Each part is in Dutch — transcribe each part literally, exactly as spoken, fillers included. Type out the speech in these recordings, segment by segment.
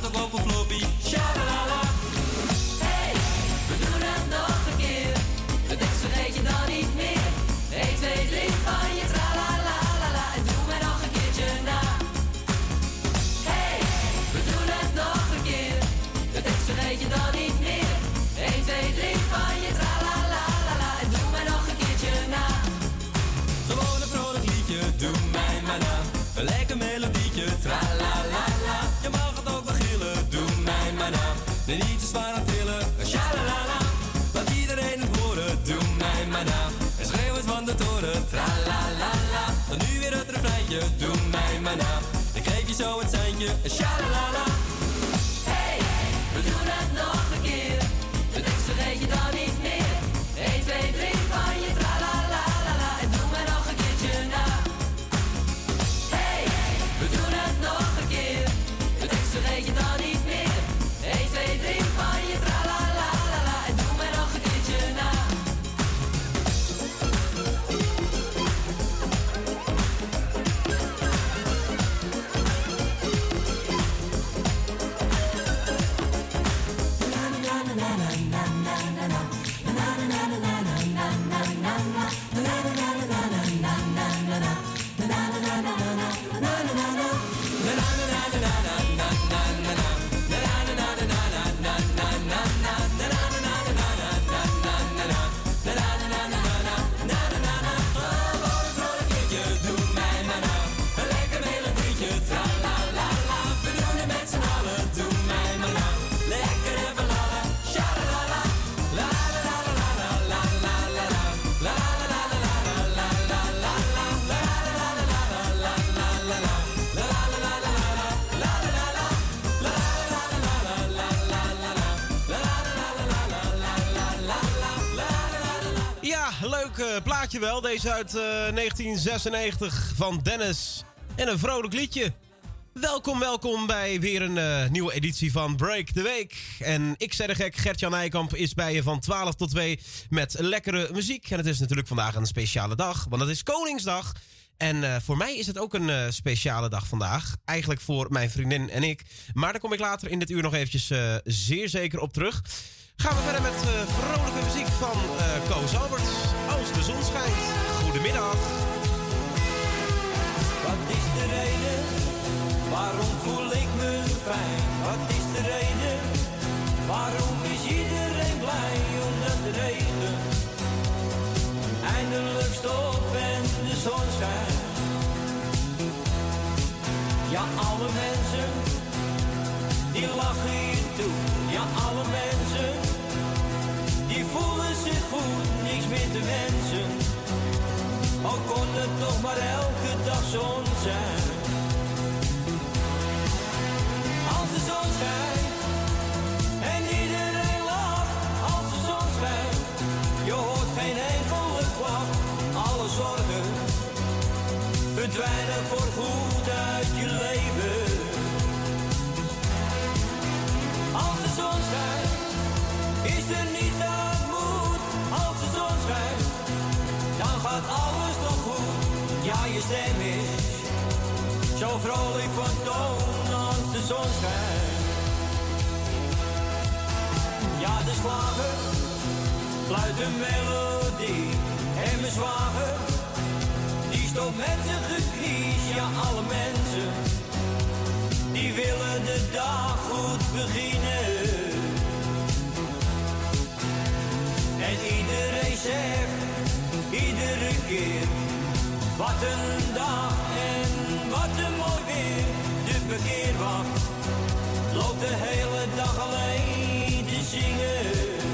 ook op een floppy. Shalalala. Hey, we doen het nog een keer. De tekst vergeet je dan niet meer. één, twee, drie van je tralalalala. En doe mij nog een keertje na. Hey, we doen het nog een keer. De tekst vergeet je dan niet meer. één, twee, drie van je tralalalala. En doe mij nog een keertje na. Gewoon een vrolijk liedje, doe mij maar na. Een lekker melodietje, tralalala. Je mag het ook wel gillen, doe mij maar na. Nee, niet te zwaar aan tillen, shalalala. Laat iedereen het horen, doe mij maar na. En schreeuw eens van de toren, tralalala. Dan nu weer het refreintje, doe mij maar na. Ik geef je zo het seintje, shalalala. Hey, we doen het nog een keer. De tekst vergeet je dan niet meer. één, twee, drie van je tralalalala. En doe mij nog een keertje na. Hey, we doen het nog een keer. De tekst vergeet je dan niet meer. één, twee, drie van je tralalalala. En doe mij nog een keertje na. Leuk uh, plaatje wel, deze uit uh, negentien zesennegentig van Dennis. En een vrolijk liedje. Welkom, welkom bij weer een uh, nieuwe editie van Break the Week. En ik zei de gek, Gert-Jan Nijkamp is bij je van twaalf tot twee met lekkere muziek. En het is natuurlijk vandaag een speciale dag, want het is Koningsdag. En uh, voor mij is het ook een uh, speciale dag vandaag. Eigenlijk voor mijn vriendin en ik. Maar daar kom ik later in dit uur nog eventjes uh, zeer zeker op terug. Gaan we verder met uh, vrolijke muziek van uh, Koos Albert. Als de zon schijnt. Goedemiddag. Wat is de reden? Waarom voel ik me fijn? Wat is de reden? Waarom is iedereen blij? Omdat de regen eindelijk stopt en de zon schijnt. Ja, alle mensen die lachen hier toe. Ja, alle mensen die voelen zich goed, niks meer te wensen. Al kon het toch maar elke dag zon zijn. Als de zon schijnt en iedereen lacht. Als de zon schijnt, je hoort geen enkele klacht. Alle zorgen verdwijnen voorgoed uit je leven. Als de zon schijnt, is er niets aan moet. Als de zon schijnt, dan gaat alles nog goed. Ja, je stem is zo vrolijk van toon als de zon schijnt. Ja, de slager fluit een melodie. En mijn zwager, die stopt met zijn geknies. Ja, alle mensen die willen de dag goed beginnen. En iedereen zegt, iedere keer, wat een dag en wat een mooi weer. De parkeerwacht loopt de hele dag alleen te zingen.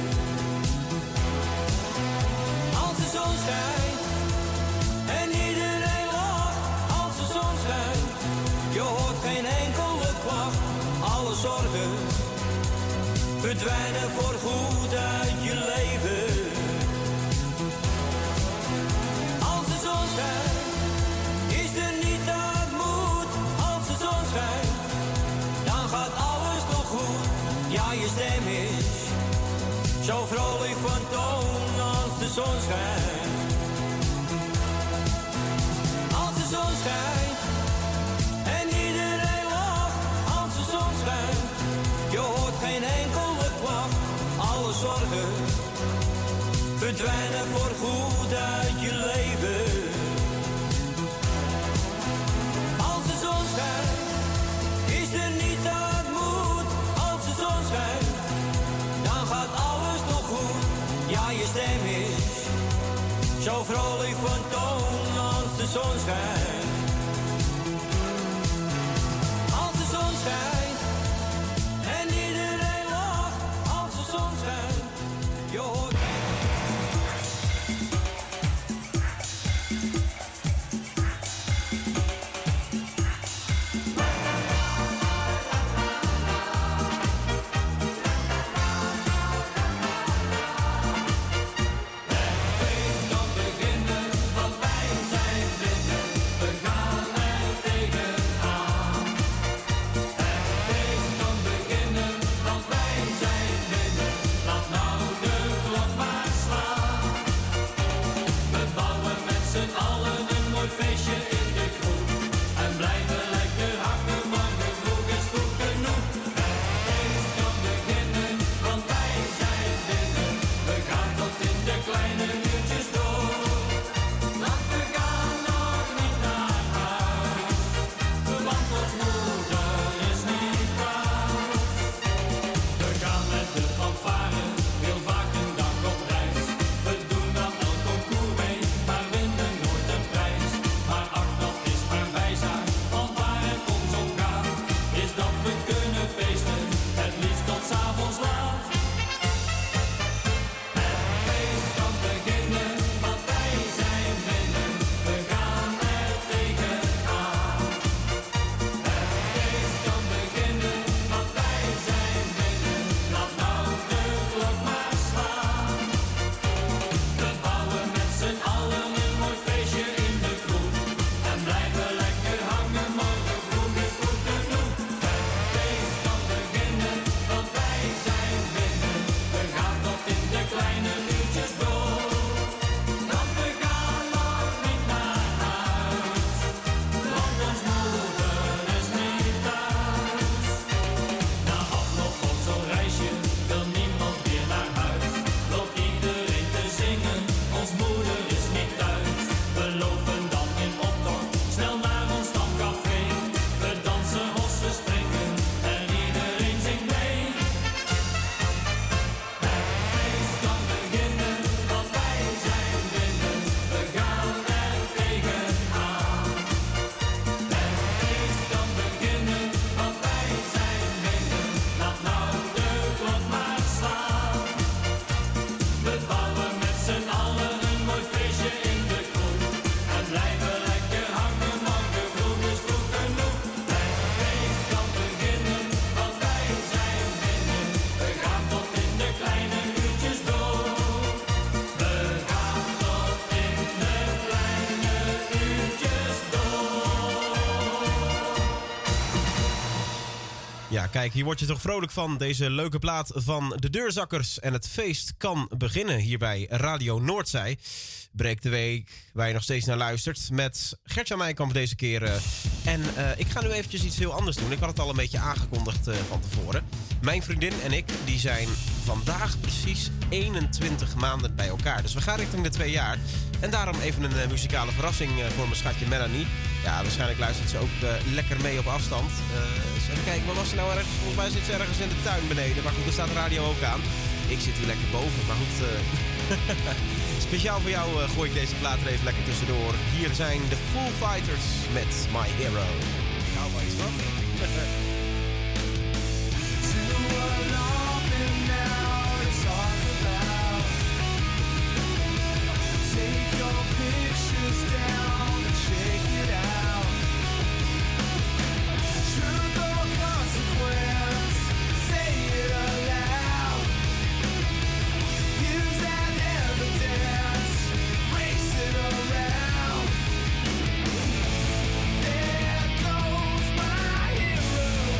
Als de zon schijnt en iedereen lacht. Als de zon schijnt, je hoort geen enkele klacht. Alle zorgen verdwijnen voorgoed uit je leven. Als de zon schijnt, is er niets aan moet. Als de zon schijnt, dan gaat alles nog goed. Ja, je stem is zo vrolijk van toon als de zon schijnt. Als de zon schijnt en iedereen lacht. Als de zon schijnt, zorgen verdwijnen voor goed uit je leven. Als de zon schijnt, is er niets dat moet. Als de zon schijnt, dan gaat alles toch goed. Ja, je stem is zo vrolijk van toon als de zon schijnt. Als de zon schijnt en iedereen lacht. Als de zon schijnt, je hoort. Ja, kijk, hier word je toch vrolijk van. Deze leuke plaat van de Deurzakkers. En het feest kan beginnen hier bij Radio Noordzij. Breek de week, waar je nog steeds naar luistert. Met Gertjan Nijkamp deze keer. Uh, en uh, ik ga nu eventjes iets heel anders doen. Ik had het al een beetje aangekondigd uh, van tevoren. Mijn vriendin en ik, die zijn vandaag precies eenentwintig maanden bij elkaar. Dus we gaan richting de twee jaar. En daarom even een uh, muzikale verrassing uh, voor mijn schatje Melanie. Ja, waarschijnlijk luistert ze ook uh, lekker mee op afstand. Uh, dus even kijken, waar was ze nou ergens? Volgens mij zit ze ergens in de tuin beneden. Maar goed, er staat de radio ook aan. Ik zit hier lekker boven, maar goed... Uh, speciaal voor jou uh, gooi ik deze plaat er even lekker tussendoor. Hier zijn de Foo Fighters met My Hero. Nou, wat is dat? There goes my hero.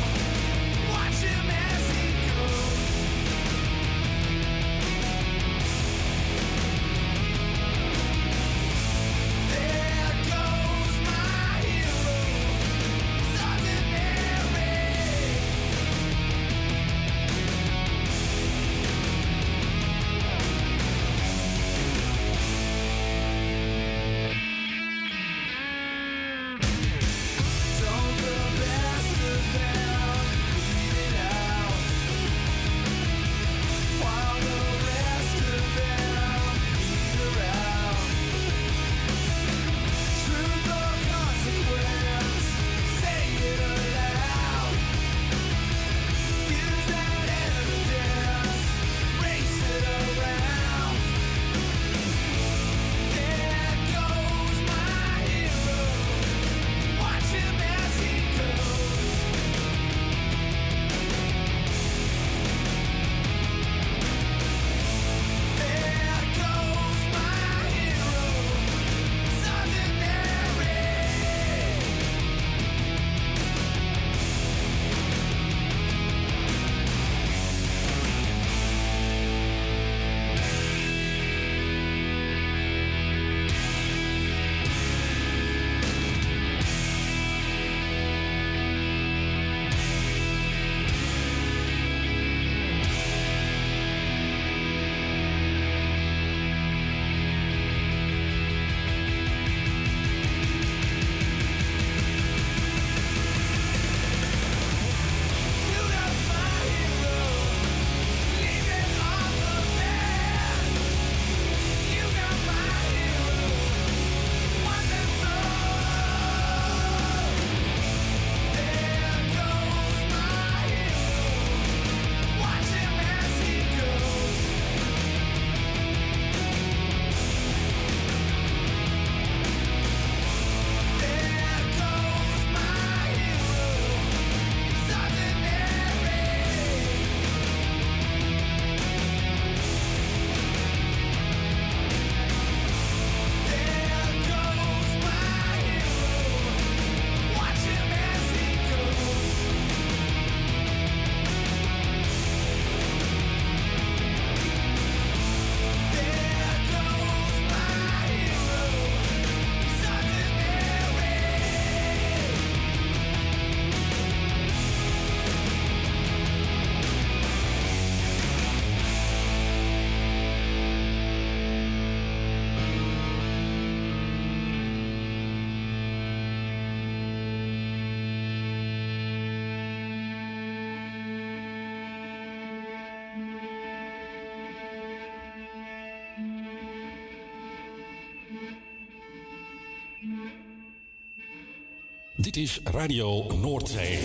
Dit is Radio Noordzee.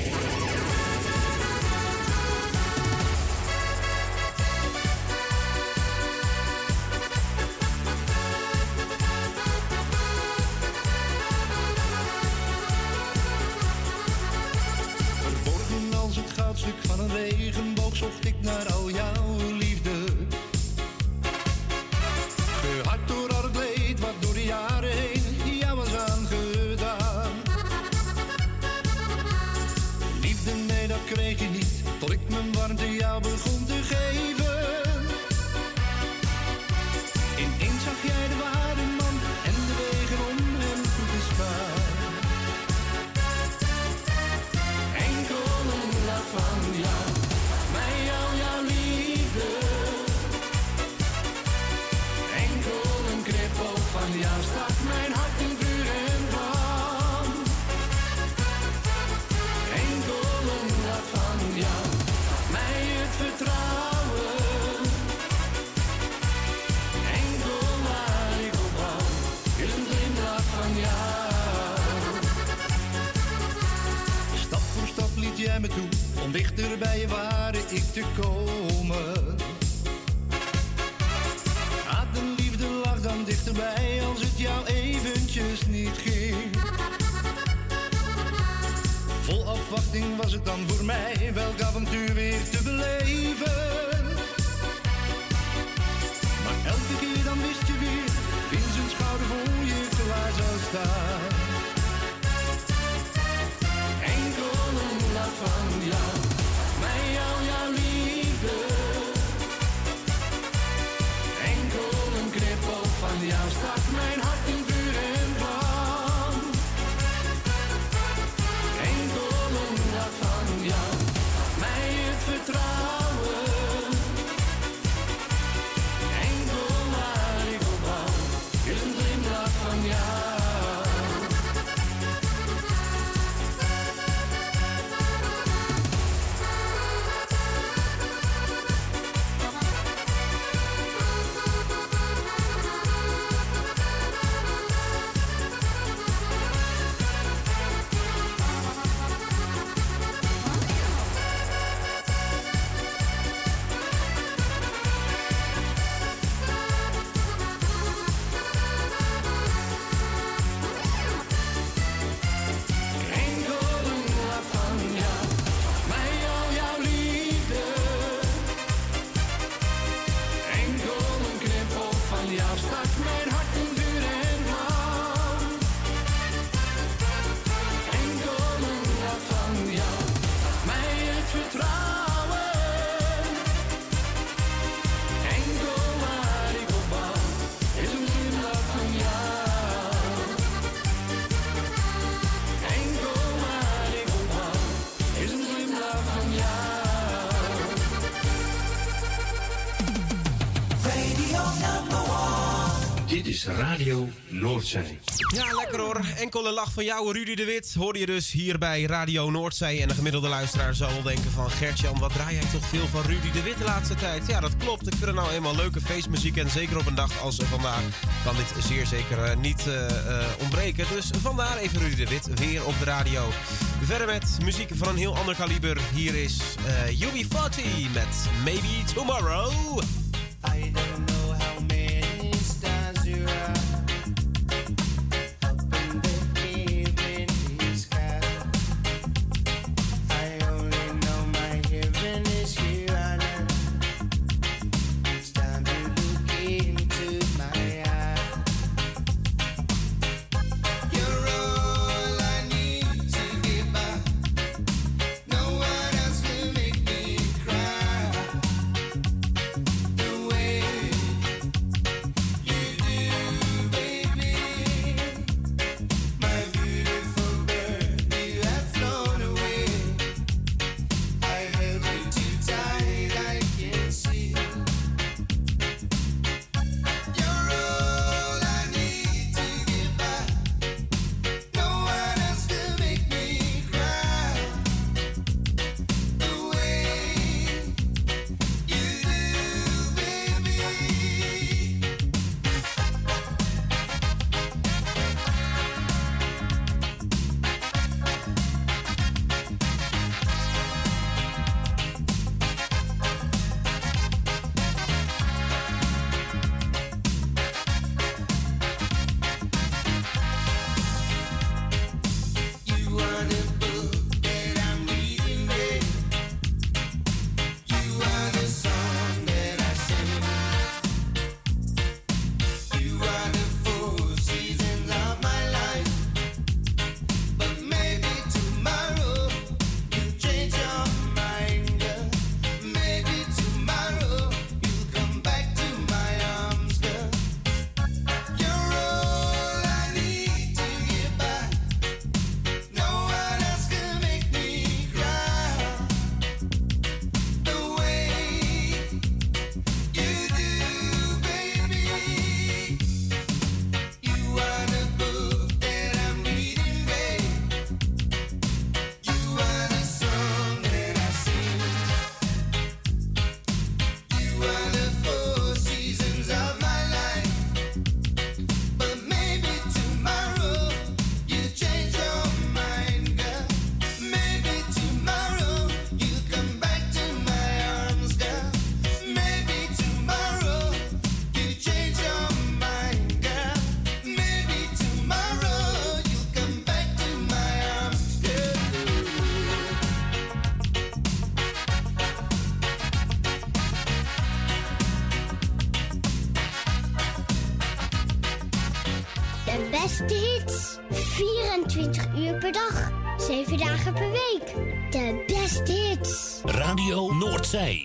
Verborgen als het goudstuk van een regenboog zocht ik naar al jouw liefde. Gehakt door al het leed wat door de jaren heen jou was aangedaan. Liefde, nee, dat kreeg je niet, tot ik mijn warmte jou begon te geven. Ineens zag jij de ware man en de wegen om hem toe te sparen. Enkel een lach van jou, mij jou, jouw liefde. Enkel een knipoog van jou stak mijn hart in vuur en vlam. Enkel een lach van jou, mij het vertrouwen. Enkel waar ik op hou, is een glimlach van jou. Stap voor stap liet jij me toe, om dichter bij je ware ik te komen. Haat en liefde lag dan dichterbij, als het jou eventjes niet ging. Vol afwachting was het dan voor mij, welk avontuur weer te beleven. Maar elke keer dan wist je weer, in zijn schouder voor je klaar zou staan. Enkel een lach van jou, mij jou, jouw liefde. Enkel een knipoog van jou stak mijn hart in vuur en vlam. Enkel een lach van jou, mij het vertrouwen. Enkel waar ik op hou, is een glimlach van jou. Enkel een lach van jou, mij jou, jouw liefde. Enkel een knipoog van jou stak mijn hart in vuur en vlam. Enkel een lach van jou, mij het vertrouwen. Enkel waar ik op bouw, is een glimlach van jou. Enkel waar ik op hou, is een glimlach van jou. Dit is Radio Noordzee. Ja, lekker hoor. Enkele lach van jou, Rudy de Wit, hoorde je dus hier bij Radio Noordzee. En de gemiddelde luisteraar zal wel denken van... Gert-Jan, wat draai jij toch veel van Rudy de Wit de laatste tijd? Ja, dat klopt. Ik vind het nou eenmaal leuke feestmuziek. En zeker op een dag als vandaag kan dit zeer zeker uh, niet uh, uh, ontbreken. Dus vandaar even Rudy de Wit weer op de radio. Verder met muziek van een heel ander kaliber. Hier is uh, U B forty met Maybe Tomorrow. I don't know how many stars you are up in the evening sky. I only know my heaven is here on earth. Each time you look into my eyes, you're all I need to get by. No one else will make me cry the way beste hits. vierentwintig uur per dag. zeven dagen per week. De beste hits. Radio Noordzee.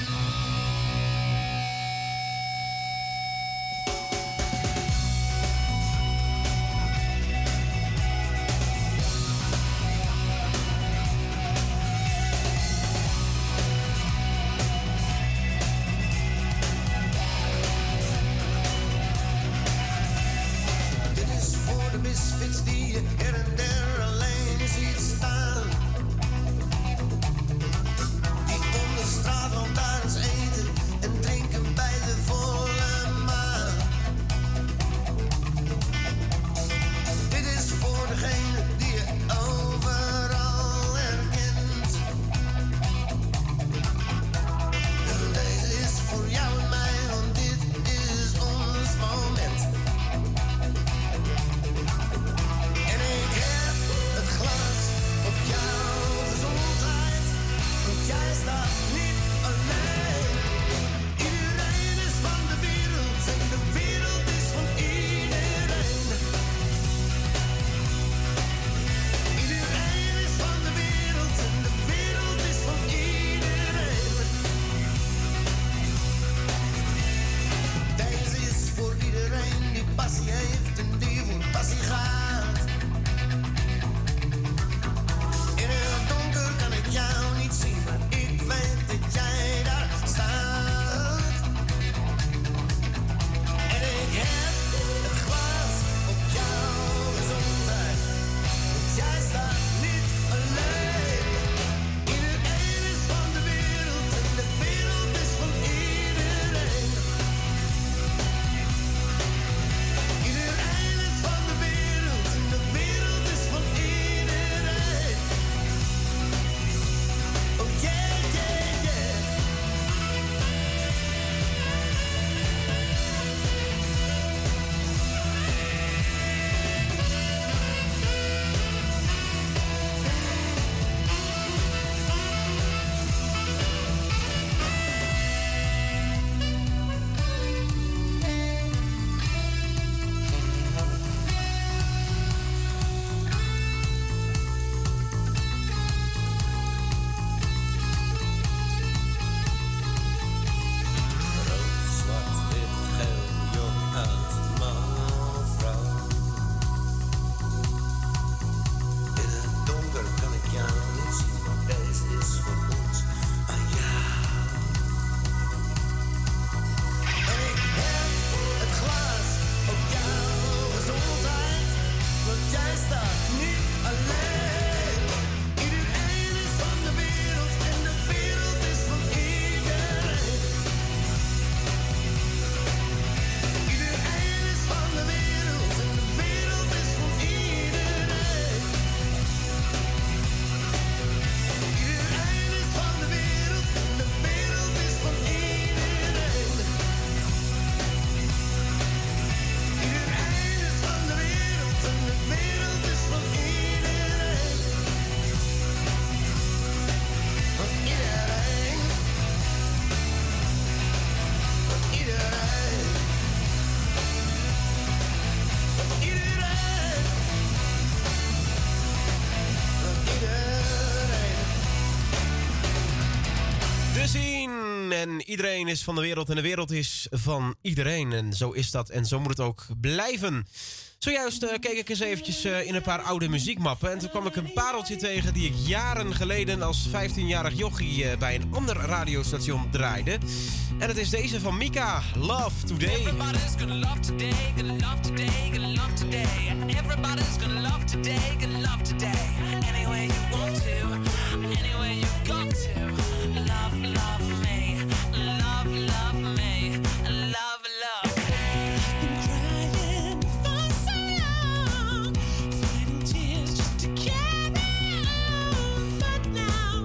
En iedereen is van de wereld en de wereld is van iedereen. En zo is dat en zo moet het ook blijven. Zojuist uh, keek ik eens eventjes uh, in een paar oude muziekmappen. En toen kwam ik een pareltje tegen die ik jaren geleden als vijftienjarig jochie uh, bij een ander radiostation draaide. En het is deze van Mika, Love Today. Everybody's gonna love today, gonna love today, gonna love today. Everybody's gonna love today, gonna love today. Any way you want to, any way you got to. Love, love me, love, love me, love, love me. Been crying for so long, fighting tears just to carry on. But now,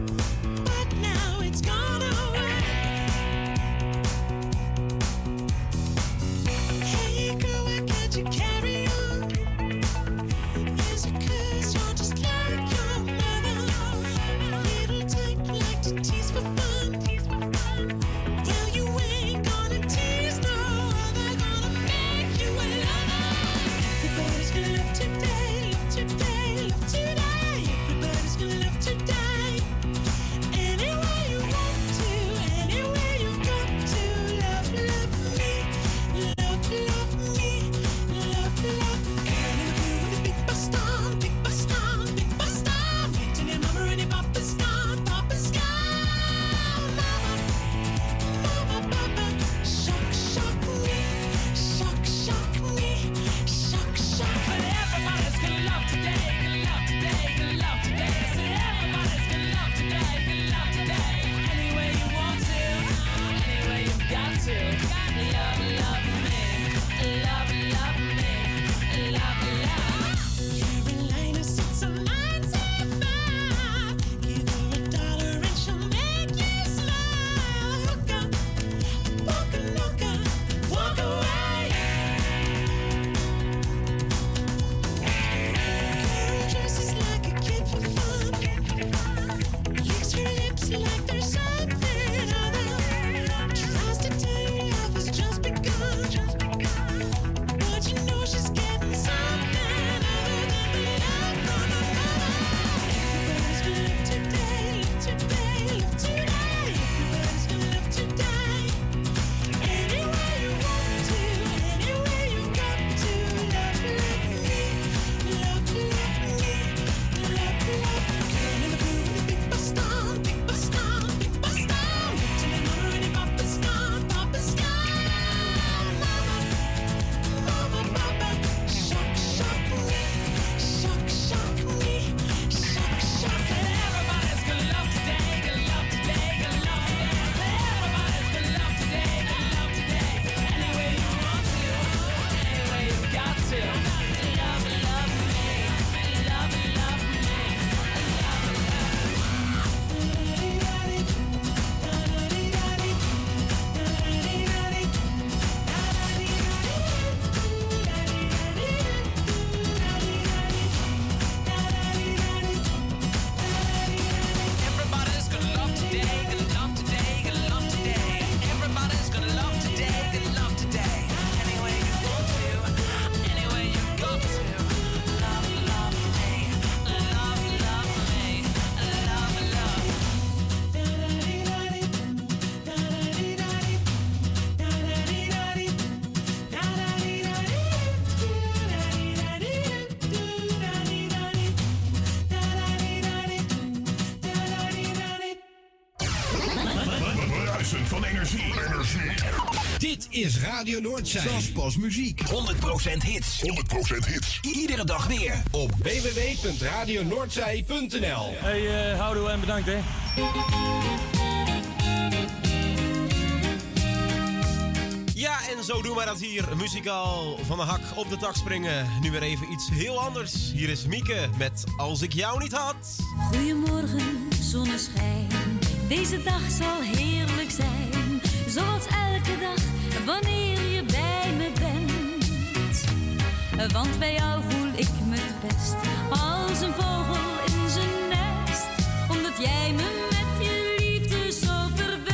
but now it's gone away. Hey girl, why can't you carry on? Is it 'cause you're just like your mother? It'll take like duizend van energie. Energie. Dit is Radio Noordzee. Dat is pas muziek. honderd procent hits. honderd procent hits. Iedere dag weer op w w w punt radio noordzee punt n l. Hey, uh, houdoe en bedankt hè. Ja, en zo doen wij dat hier. Muzikaal van de hak op de tak springen. Nu weer even iets heel anders. Hier is Mieke met Als ik jou niet had. Goedemorgen, zonneschijn. Deze dag zal heerlijk zijn. Zoals elke dag, wanneer je bij me bent. Want bij jou voel ik me het best. Als een vogel in zijn nest. Omdat jij me met je liefde zo verwekt.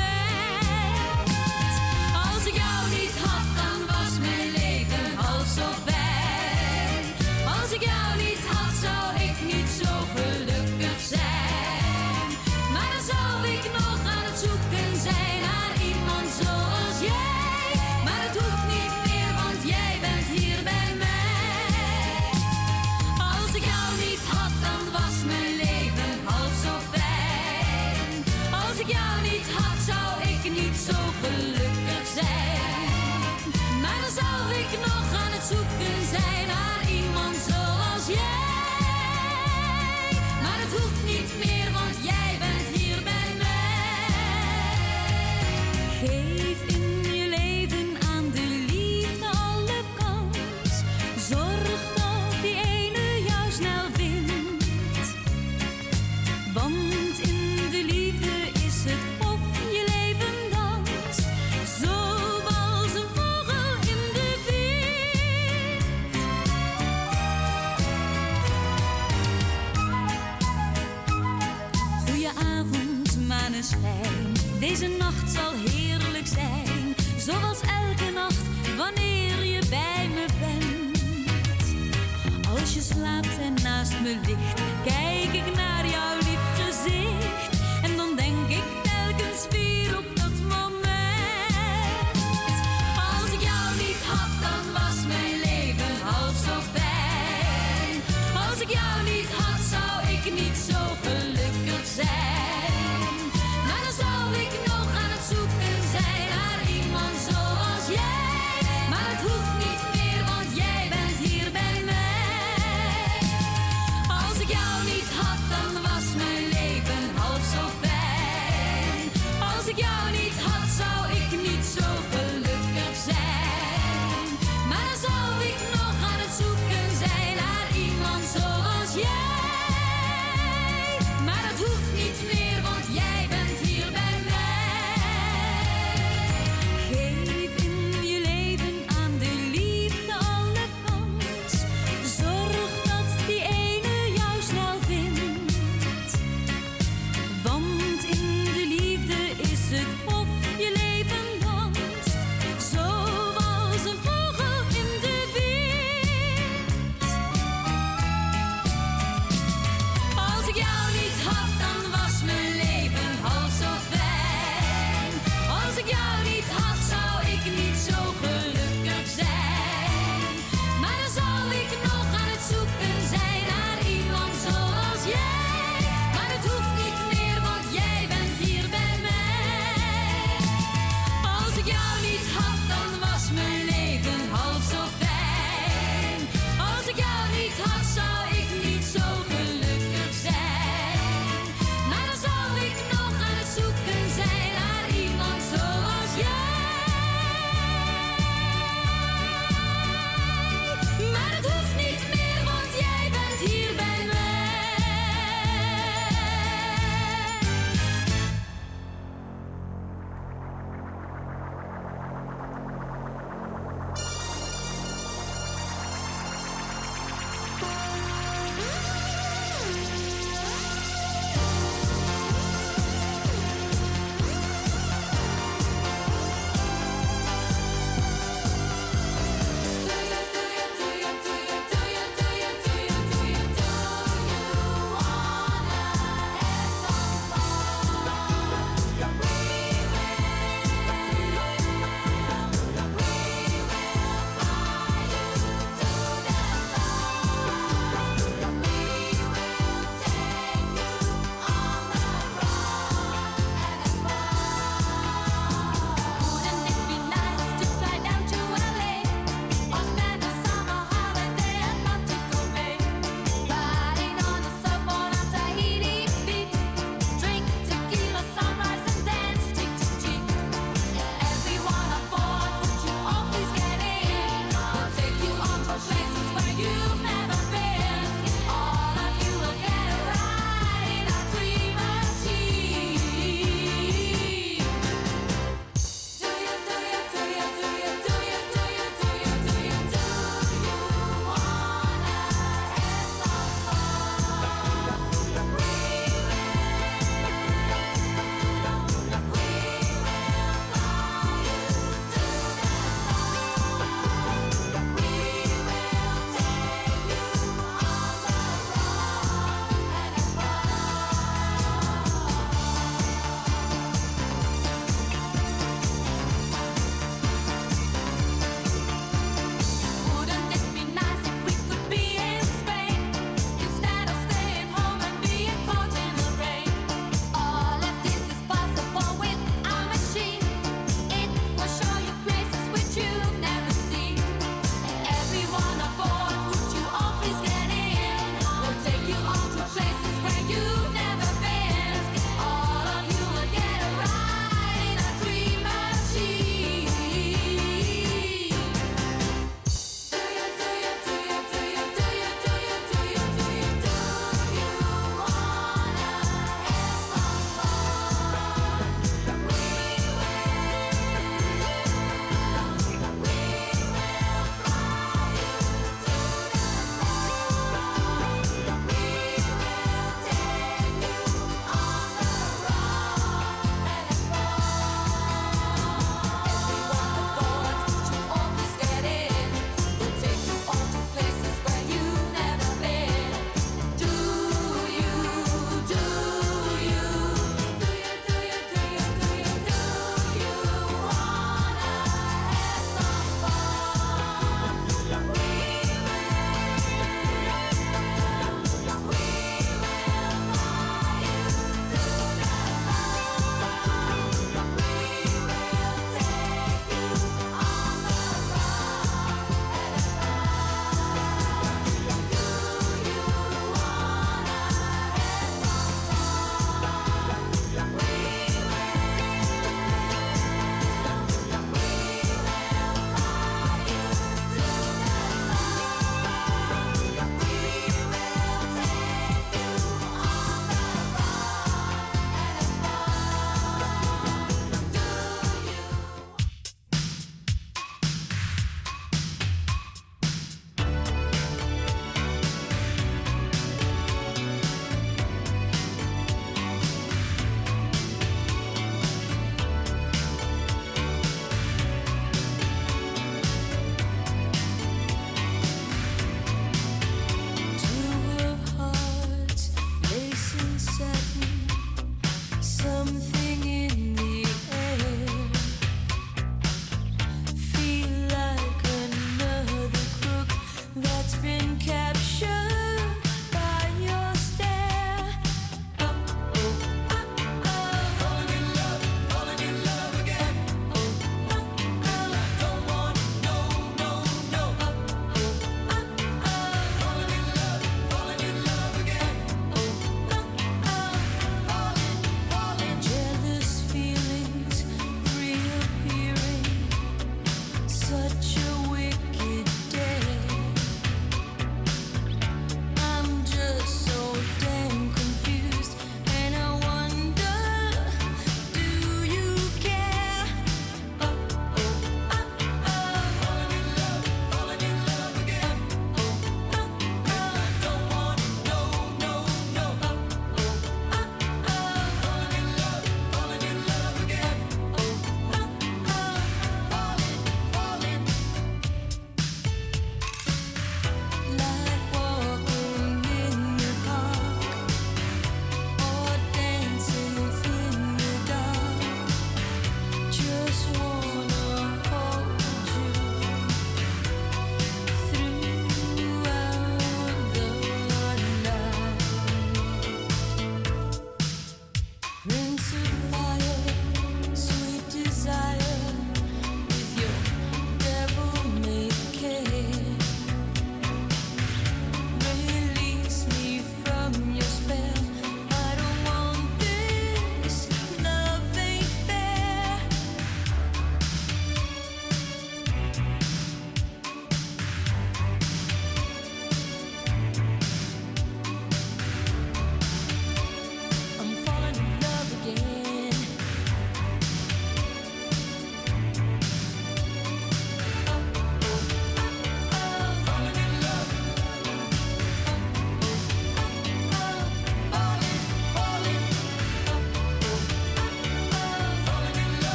Als ik jou niet had, dan was mijn leven al zo fijn. Als ik jou niet had, zou ik niet zo gelukkig zijn. Maar dan zou ik nog aan het zoeken zijn naar iemand zoals jij. Maar het hoeft niet meer, want jij bent hier bij mij. Als ik jou niet had, dan was mijn leven al zo fijn. Als ik jou niet had, zou ik niet zo gelukkig zijn. Maar dan zou ik nog aan het zoeken zijn naar iemand zoals jij. Maar het hoeft niet meer, want jij bent hier bij mij. Geef in je leven aan de liefde alle kans. Zorg dat die ene jou snel vindt. Want in de liefde is het of je leven danst. Zoals een vogel in de wind. Goedenavond, maneschijn. Deze nacht zal heerlijk zijn. Zoals elke nacht, wanneer je bij me bent. Als je slaapt en naast me ligt, kijk ik naar jouw lief gezicht. En dan denk ik telkens weer op dat moment. Als ik jou niet had, dan was mijn leven al zo fijn. Als ik jou niet had, zou ik niet zo gelukkig zijn. Maar dan zou ik nog aan het zoeken zijn naar iemand zoals jij. Maar het hoeft niet meer, want jij bent hier bij mij. Als ik jou niet had, dan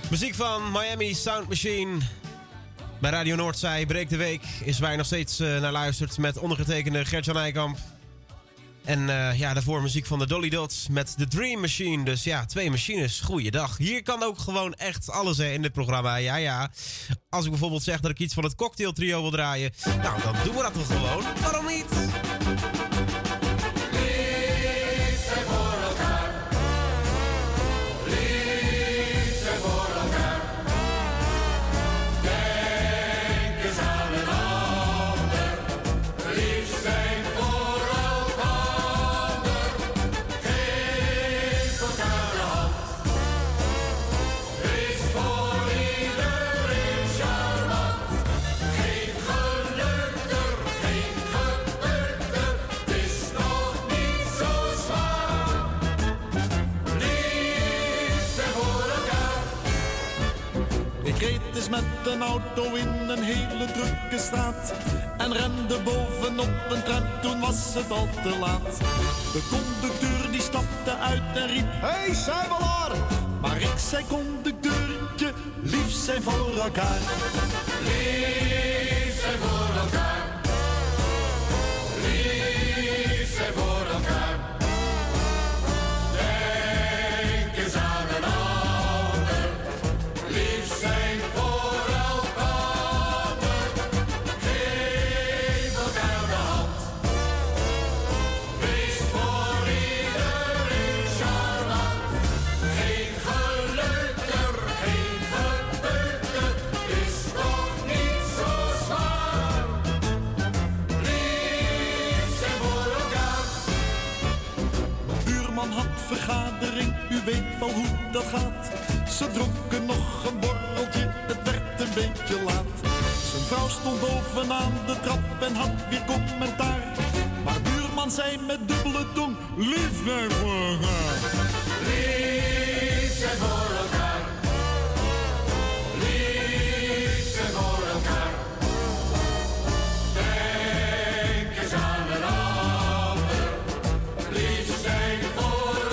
Muziek van Miami Sound Machine. Bij Radio Noordzij breekt de week is waar je nog steeds uh, naar luistert met ondergetekende Gert-Jan Eikamp. En uh, ja, daarvoor muziek van de Dolly Dots met The Dream Machine. Dus ja, twee machines. Goeiedag. Hier kan ook gewoon echt alles hè, in dit programma. Ja, ja. Als ik bijvoorbeeld zeg dat ik iets van het Cocktail Trio wil draaien. Nou, dan doen we dat toch gewoon. Waarom niet? Met een auto in een hele drukke straat en rende bovenop een tram, toen was het al te laat. De conducteur die stapte uit en riep: hey, zijn we laar? Maar ik zei: conducteurtje, lief zijn voor elkaar. Lief zijn voor elkaar. Lief zijn voor elkaar. Denk eens aan een ander. Lief zijn voor vergadering, u weet wel hoe dat gaat. Ze dronken nog een borreltje, het werd een beetje laat. Zijn vrouw stond bovenaan de trap en had weer commentaar. Maar buurman zei met dubbele tong: lief zijn voor elkaar. Lief zijn voor elkaar. Lief zijn voor elkaar. Denk eens aan een ander. Lief zijn voor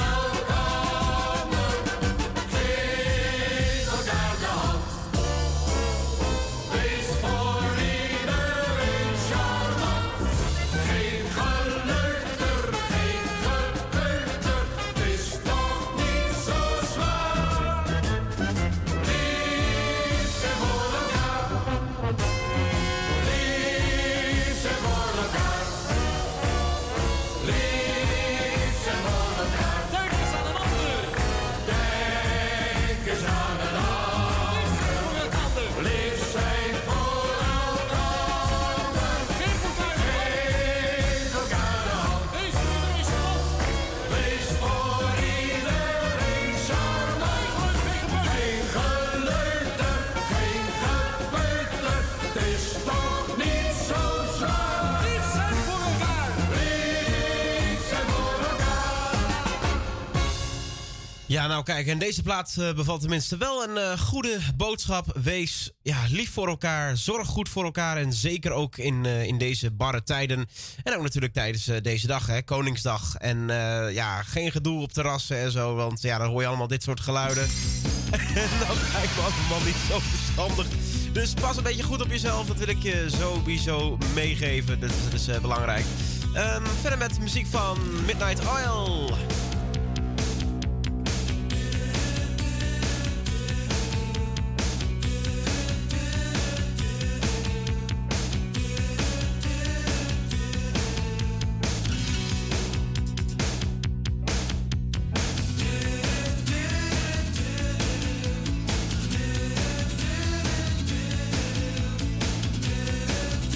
Ja, nou kijk, en deze plaat uh, bevat tenminste wel een uh, goede boodschap. Wees ja, lief voor elkaar, zorg goed voor elkaar en zeker ook in, uh, in deze barre tijden. En ook natuurlijk tijdens uh, deze dag, hè, Koningsdag. En uh, ja, geen gedoe op terrassen en zo, want ja, dan hoor je allemaal dit soort geluiden. En dat lijkt me allemaal niet zo verstandig. Dus pas een beetje goed op jezelf, dat wil ik je sowieso meegeven. Dat, dat is uh, belangrijk. Um, verder met muziek van Midnight Oil.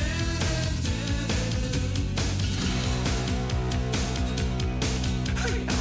Hey!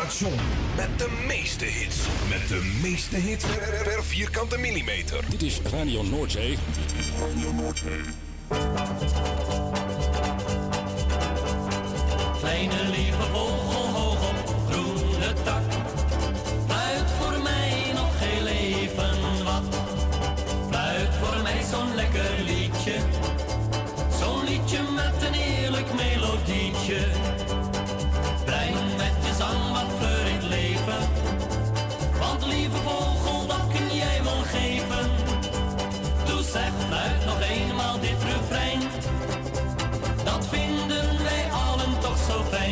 station met de meeste hits. Met de meeste hits per, per vierkante millimeter. Dit is Radio Noordzee. Radio Noordzee. Kleine lieve vogel hoog op groene tak. Fluit voor mij nog heel even wat. Fluit voor mij zo'n lekker liedje. Zo'n liedje met een eerlijk melodietje. Breng met je zang wat kleur in het leven. Want lieve vogel, dat kun jij wel geven. Doe zeg, fluit nog eenmaal dit refrein. Dat vinden wij allen toch zo fijn.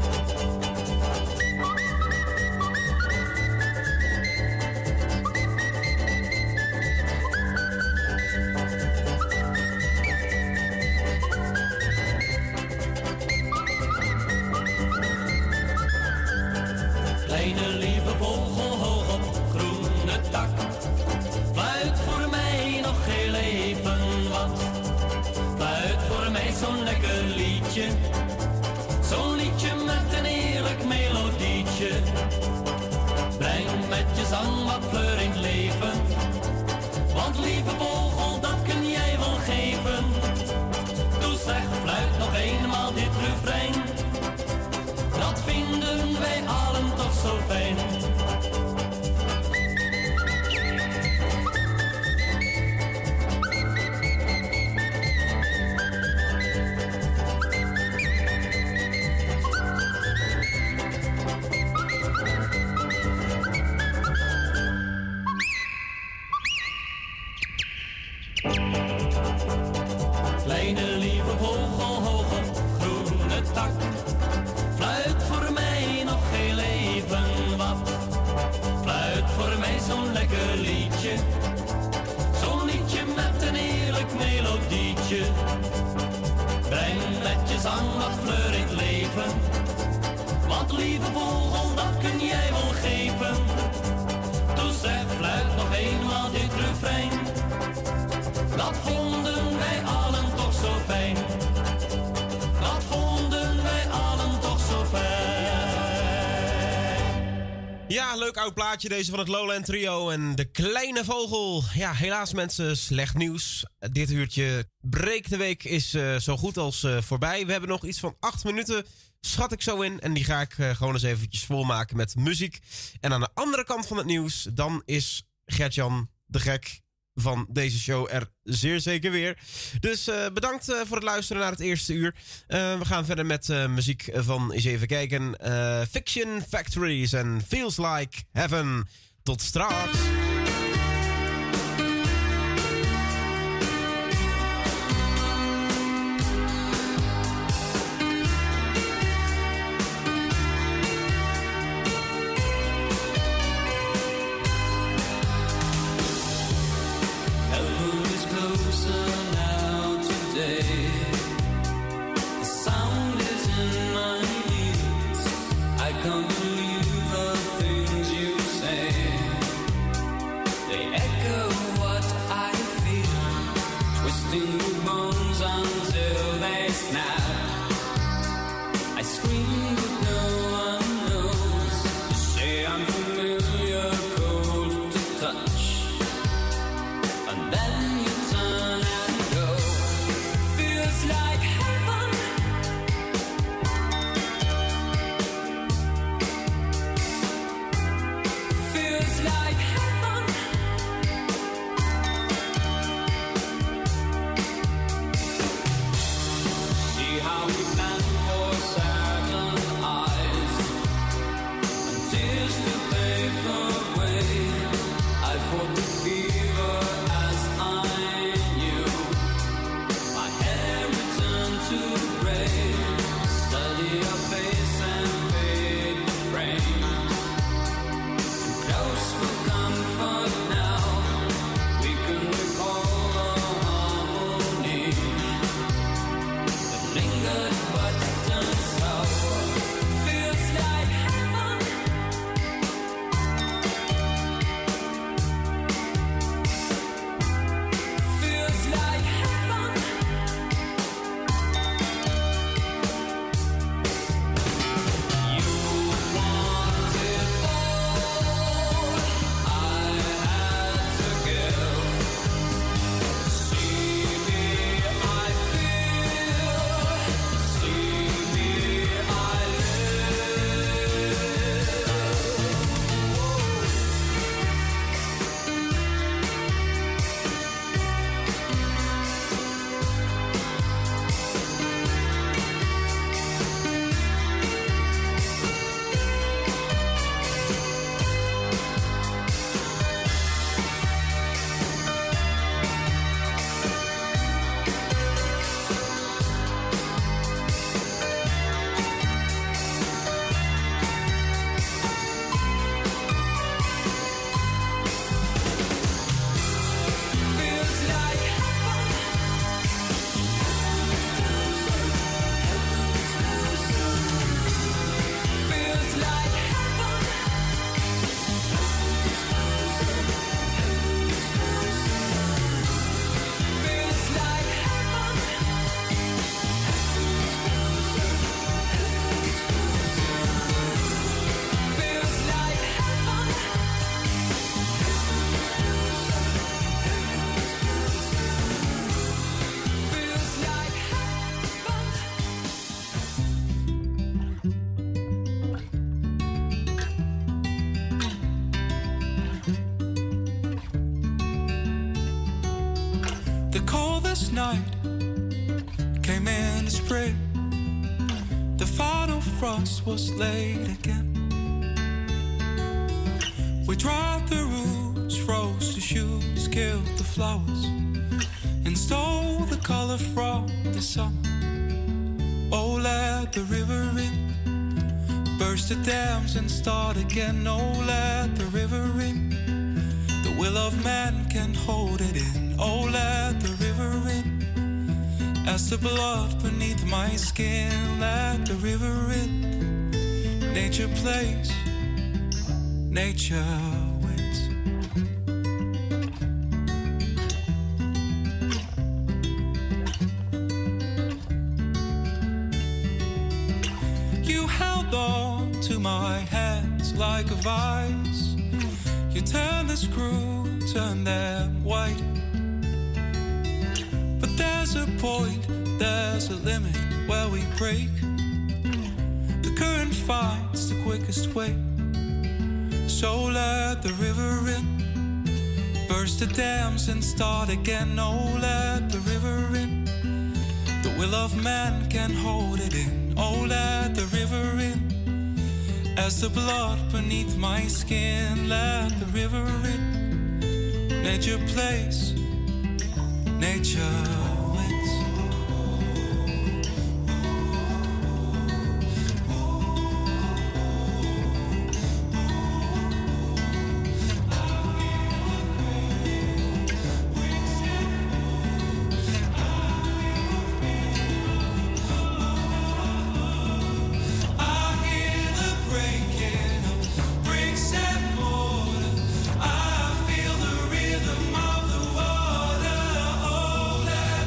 Kleine lieve vogel hoog op groene tak. Fluit voor mij nog heel even wat. Fluit voor mij zo'n lekker liedje. Zo'n liedje met een eerlijk melodietje. Breng met je zang wat kleur in het leven. Want lieve vogel, dat kun jij wel geven. Doe zeg, fluit nog eenmaal dit refrein. Dat vinden wij allen toch zo fijn. Kleine lieve vogel hoog op groene tak. Fluit voor mij nog heel even wat. Fluit voor mij zo'n lekker liedje. Zo'n liedje met een eerlijk melodietje. Breng met je zang wat kleur in het leven. Want lieve vogel, dat kun jij wel geven. Doe zeg, fluit nog eenmaal dit refrein. Dat vonden wij allen toch zo fijn. Dat vonden wij allen toch zo fijn. Ja, leuk oud plaatje deze van het Lowland Trio en de kleine vogel. Ja, helaas mensen, slecht nieuws. Dit uurtje Breek de Week is uh, zo goed als uh, voorbij. We hebben nog iets van acht minuten, schat ik zo in. En die ga ik uh, gewoon eens eventjes volmaken met muziek. En aan de andere kant van het nieuws, dan is Gert-Jan de Gek van deze show er zeer zeker weer. Dus uh, bedankt uh, voor het luisteren naar het eerste uur. Uh, we gaan verder met uh, muziek van, eens even kijken, uh, Fiction Factories en Feels Like Heaven. Tot straks. Can't believe the things you say. Recall this night came in the spring. The final frost was laid again. We dried the roots, froze the shoots, killed the flowers, and stole the color from the sun. Oh, let the river in, burst the dams and start again. Oh, let the river in, the will of man can hold it in. Oh, let the river in, as the blood beneath my skin. Let the river in, nature plays, nature wins. You held on to my hands like a vice. You turned the screw, turned them white. But there's a point, there's a limit where we break. The current finds the quickest way. So let the river in, burst the dams and start again. Oh, let the river in, the will of man can hold it in. Oh, let the river in, as the blood beneath my skin. Let the river in, nature plays, nature wins. Bricks and mortar, I feel the rhythm of the water. Oh, let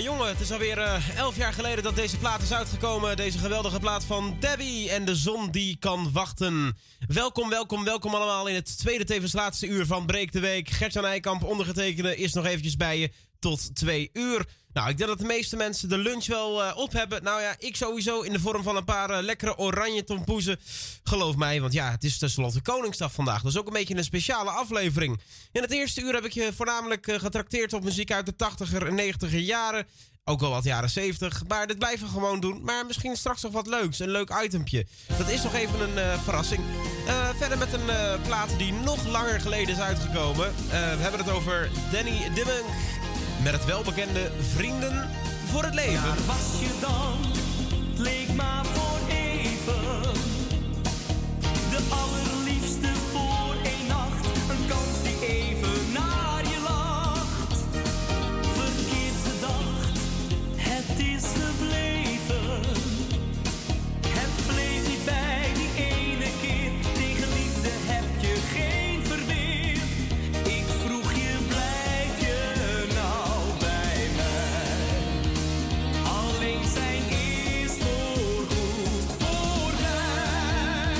jongen, jongen. Het is alweer uh, elf jaar geleden dat deze plaat is uitgekomen. Deze geweldige plaat van Debbie en de zon die kan wachten. Welkom, welkom, welkom allemaal in het tweede tevens laatste uur van Breek de Week. Gert-Jan Eikamp, ondergetekende, is nog eventjes bij je tot twee uur. Nou, ik denk dat de meeste mensen de lunch wel uh, op hebben. Nou ja, ik sowieso in de vorm van een paar uh, lekkere oranje tompoezen. Geloof mij, want ja, het is tenslotte Koningsdag vandaag. Dat is ook een beetje een speciale aflevering. In het eerste uur heb ik je voornamelijk uh, getrakteerd op muziek uit de tachtiger en negentiger jaren. Ook wel wat jaren zeventig, maar dit blijven we gewoon doen. Maar misschien straks nog wat leuks, een leuk itempje. Dat is nog even een uh, verrassing. Uh, verder met een uh, plaat die nog langer geleden is uitgekomen. Uh, we hebben het over Danny Dimmonk. Met het welbekende Vrienden voor het Leven. Daar was je dan, het leek maar voor even. De allerliefste voor één nacht. Een kans die even naar je lacht. Verkeerd gedacht, het is gebleven. Het bleef niet bij die ene keer. Tegen liefde heb je geen verweer. Ik vroeg je, blijf je nou bij mij? Alleen zijn is voorgoed voor mij.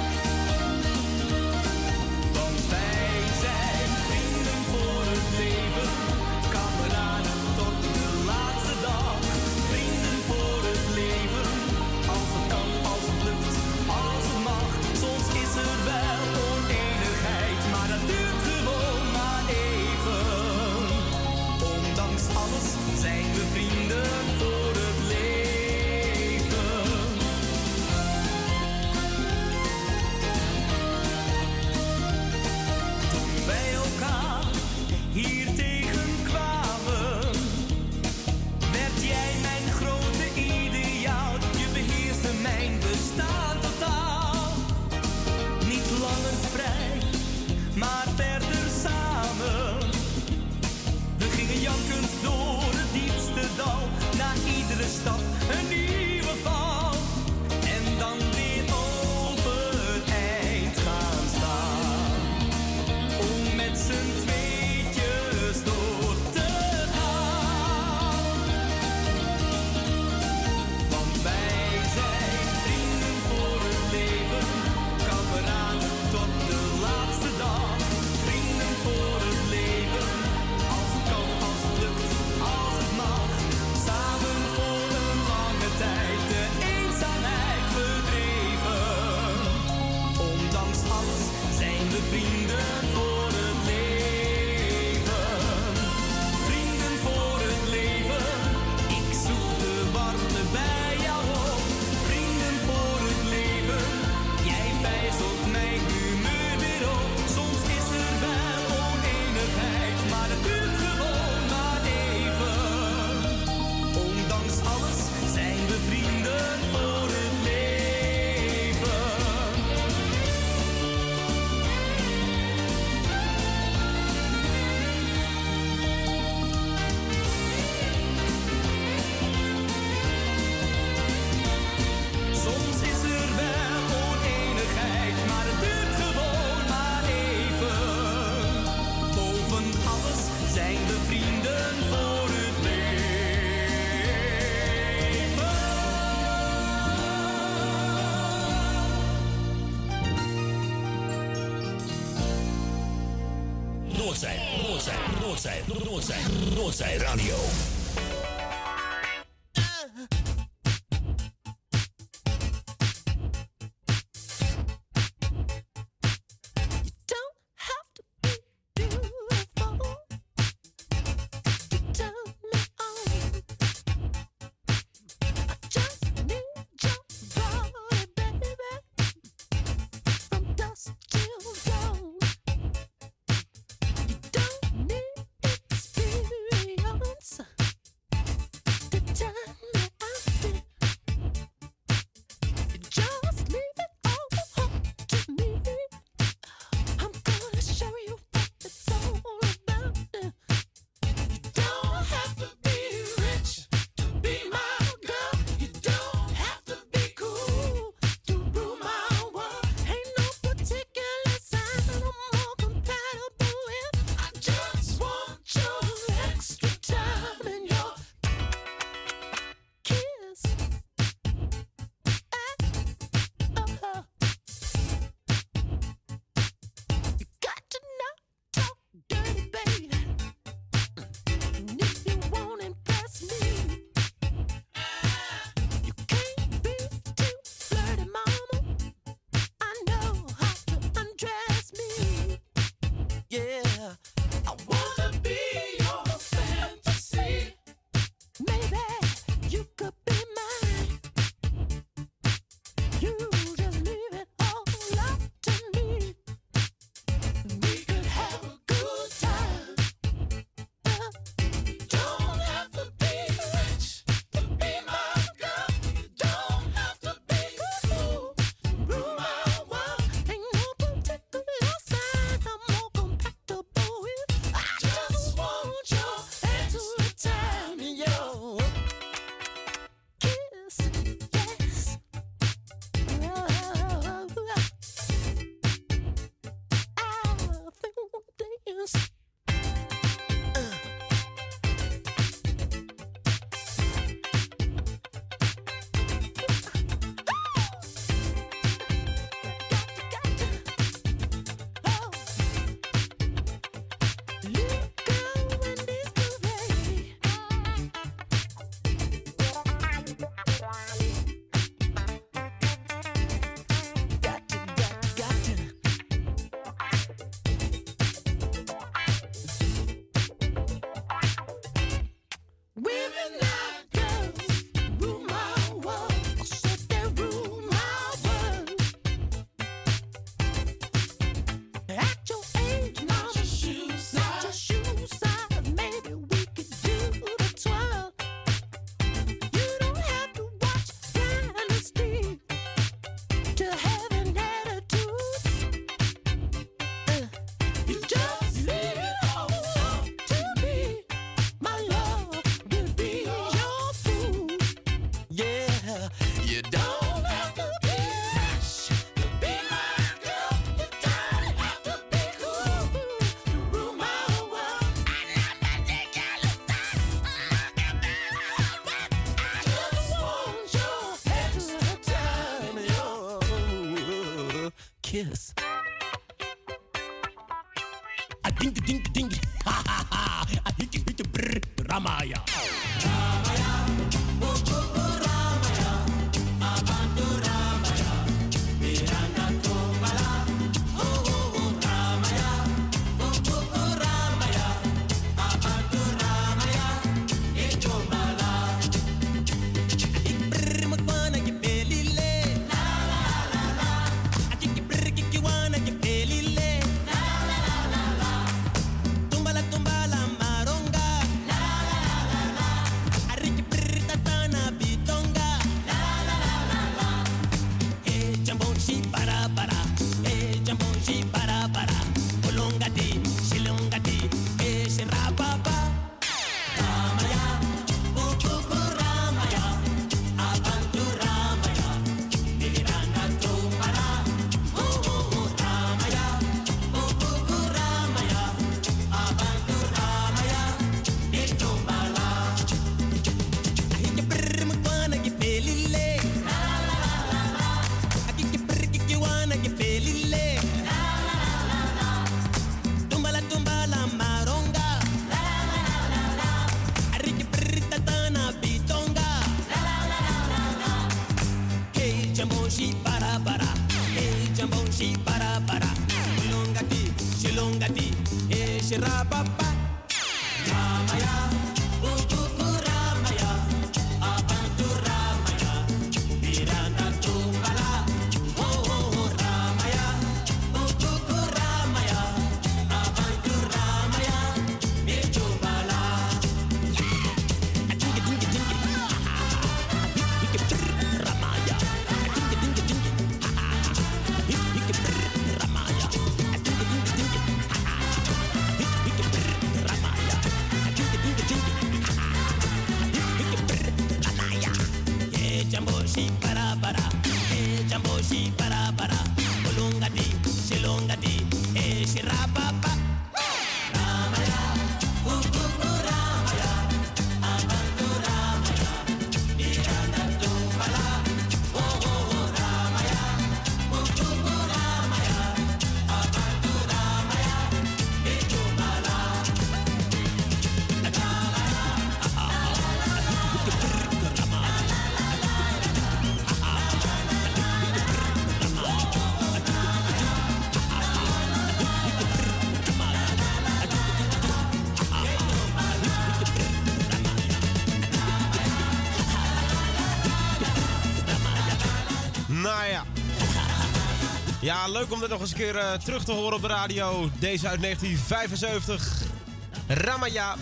Want wij zijn vrienden voor het leven. Kameraden tot de laatste dag. Vrienden voor het leven. Als het kan, als het lukt, als het mag. Soms is er wel oneenigheid, maar dat duurt gewoon maar even. Ondanks alles zijn we vrienden voor het leven. Toen wij elkaar hier tegenkwamen, werd jij mijn grote ideaal. Je beheerste mijn bestaan totaal. Niet langer vrij, maar verder samen. We gingen jankend door het diepste dal. Na iedere stap een nieuwe val. En dan weer overeind gaan staan. Om met z'n tweetjes door te gaan. Want wij zijn vrienden voor het leven. Kameraden tot de laatste dag. Vrienden voor het leven. Als het kan, als het lukt, als het mag. Samen voor een lange tijd de eenzaamheid verdreven. Ondanks alles zijn we vrienden voor het leven. Vrienden voor het leven. Ik zoek de warmte bij jou op. Vrienden voor het leven. Jij vijzelt mijn humeur weer op. Soms is er wel oneenigheid, maar het duurt gewoon maar even. Ondanks alles zijn we vrienden voor het leven. Soms is er wel oneenigheid, maar het duurt gewoon maar even. Boven alles zijn we vrienden voor het leven. Noordzij, Noordzij, Noordzij, Noordzij, Noordzij Radio. Don't have to be beautiful to turn me on. I just need your body, baby, from dusk till dawn. You don't need experience kiss. I think, think, think, ha ha ha. I hit you, hit you, brr, Ramaya. Ramaya, oh, oh, oh, Ramaya. Abantu Ramaya, Miranda Tombala. Oh, oh, oh, Ramaya, oh, oh, oh, Ramaya. Abantu Ramaya, Etombala. Ik brr me kwana je belile. La la la la. I think you brr kiki wana je belile. Ja, leuk om dit nog eens een keer uh, terug te horen op de radio. Deze uit negentien vijfenzeventig. Ramaya.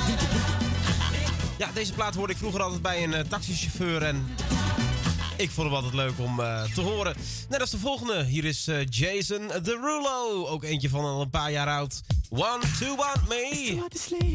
Ja, deze plaat hoorde ik vroeger altijd bij een uh, taxichauffeur. En ik vond hem altijd leuk om uh, te horen. Net als de volgende. Hier is uh, Jason Derulo. Ook eentje van al een paar jaar oud. One to Want Me. I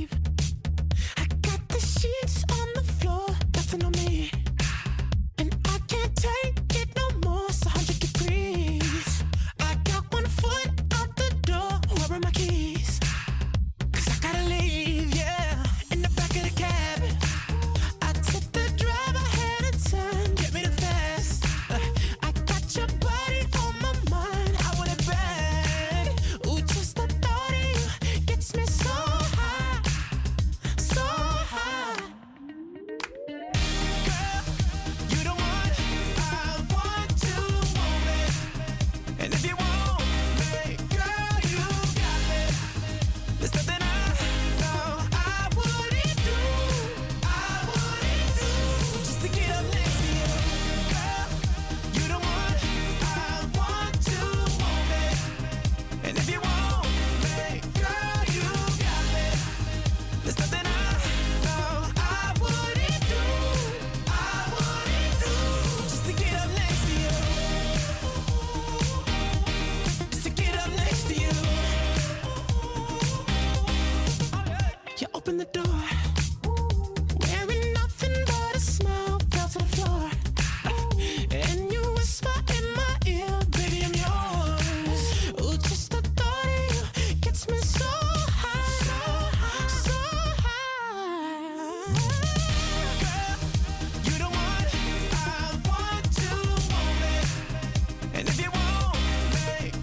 got the sheets on the floor. Nothing on me. And I can't take it no more. It's one hundred degrees. I got one foot out the door. Where are my keys? Cause I gotta leave, yeah. In the back of the cab. I took the drive ahead of time. Get me the fast. Uh, I got your body on my mind. I want it bad. Ooh, just the thought of you gets me so high. So high. Girl, you the one I want to want it. And if you want me, girl, you got me. There's nothing I know I wouldn't do. I wouldn't do just to get up next to you. Girl, you the one I want to want it. And if you want me, girl, you got me. There's nothing I know I wouldn't do. I wouldn't do just to get up next to you. Just to get up next to you. You open the door, wearing nothing but a smile, fell to the floor. And you whisper in my ear, baby, I'm yours. Ooh, just the thought of you gets me so high, so high. Girl, you the one I want to want it. And if you want me,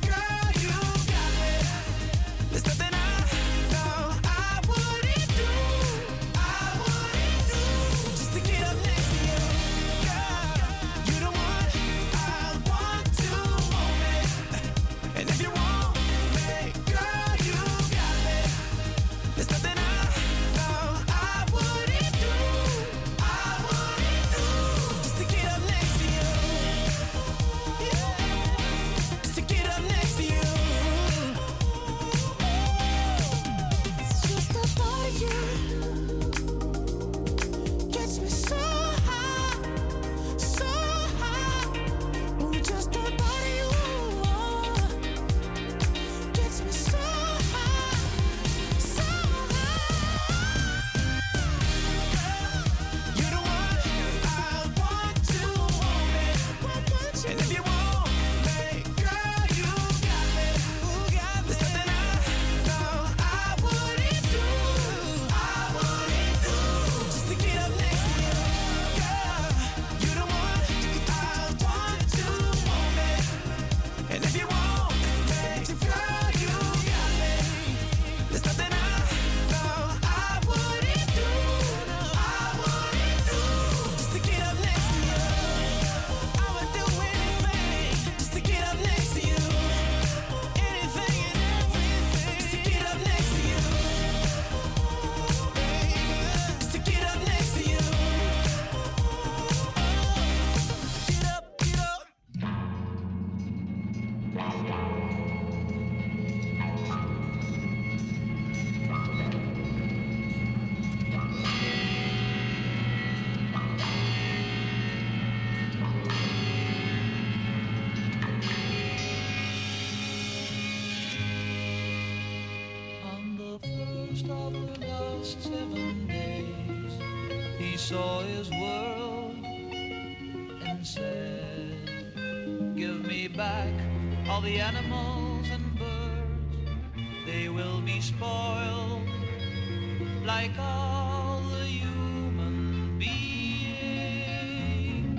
first of the last seven days, he saw his world and said, give me back all the animals and birds, they will be spoiled like all the human beings.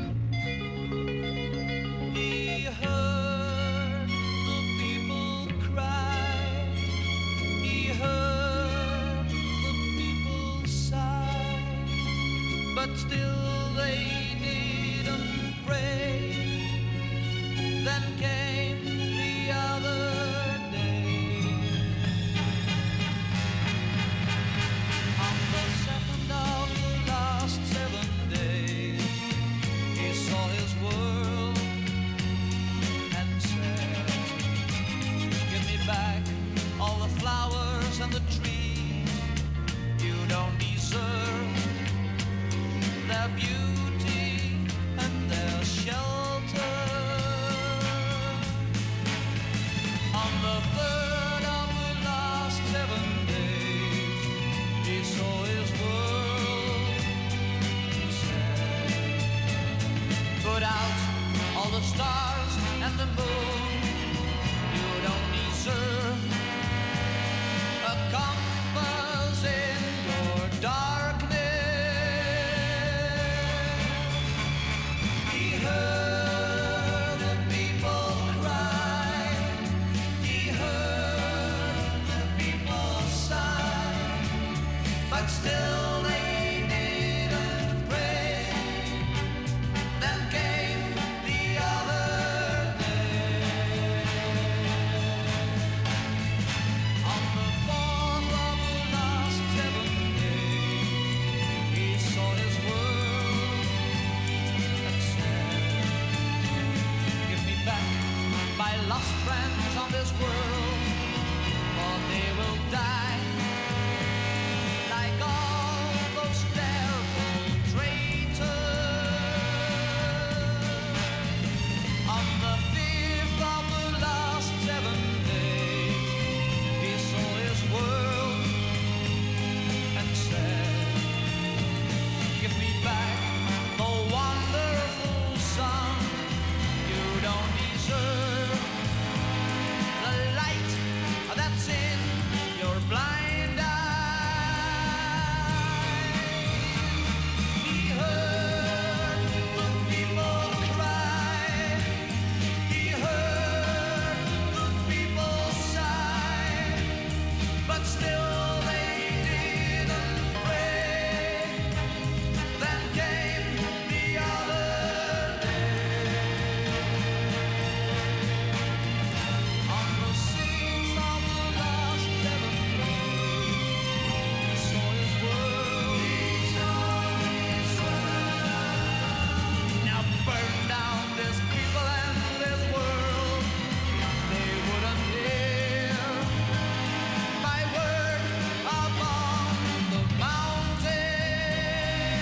He heard the people cry, he heard the people sigh, but still they didn't pray. Then came the other day. On the second of the last seven days, he saw his world and said, give me back all the flowers and the trees. You don't deserve their beauty and their shelter. On the third of the last seven days, he saw his world and said, put out all the stars and the moon. You don't deserve a compass in your darkness. He heard the people cry, he heard the people sigh, but still they didn't pray. Then came the other day. On the fourth of the last seven days, he saw his world and said, give me back my lost friends on this world, or they will die like all those terrible traitors. On the fifth of the last seven days, he saw his world and said, give me back the wonderful sun. You don't deserve the light that's in your blind eye. He heard the people cry, he heard the people sigh, but still they didn't pray. Then came the other day. On the sixth of the last seven days, he saw his world. Now burn down this people and this world. They wouldn't hear my word upon the mountain.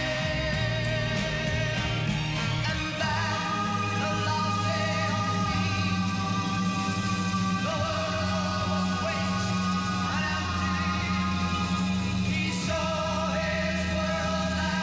And then the last day of the week, the world was waste and empty. He saw his world and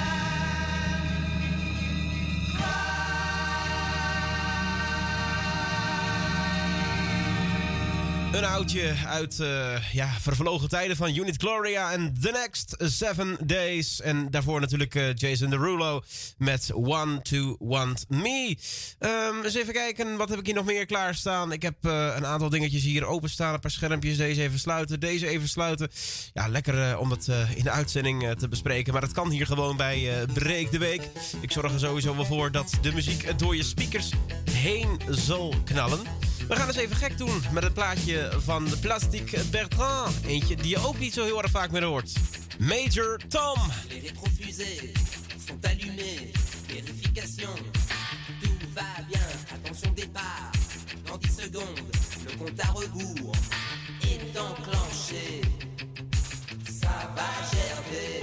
Een oudje uit uh, ja, vervlogen tijden van Unit Gloria en The Next Seven Days. En daarvoor natuurlijk uh, Jason Derulo met One to Want Me. Um, eens even kijken, wat heb ik hier nog meer klaarstaan? Ik heb uh, een aantal dingetjes hier openstaan, een paar schermpjes. Deze even sluiten, deze even sluiten. Ja, lekker uh, om dat uh, in de uitzending uh, te bespreken. Maar dat kan hier gewoon bij uh, Breek de Week. Ik zorg er sowieso wel voor dat de muziek door je speakers heen zal knallen. We gaan eens even gek doen met het plaatje van de Plastic Bertrand. Eentje die je ook niet zo heel erg vaak meer hoort. Major Tom. Les rétrofusées sont allumées. Vérification, tout va bien. Attention départ. Dans dix secondes, le compte à rebours est enclenché. Ça va gerber.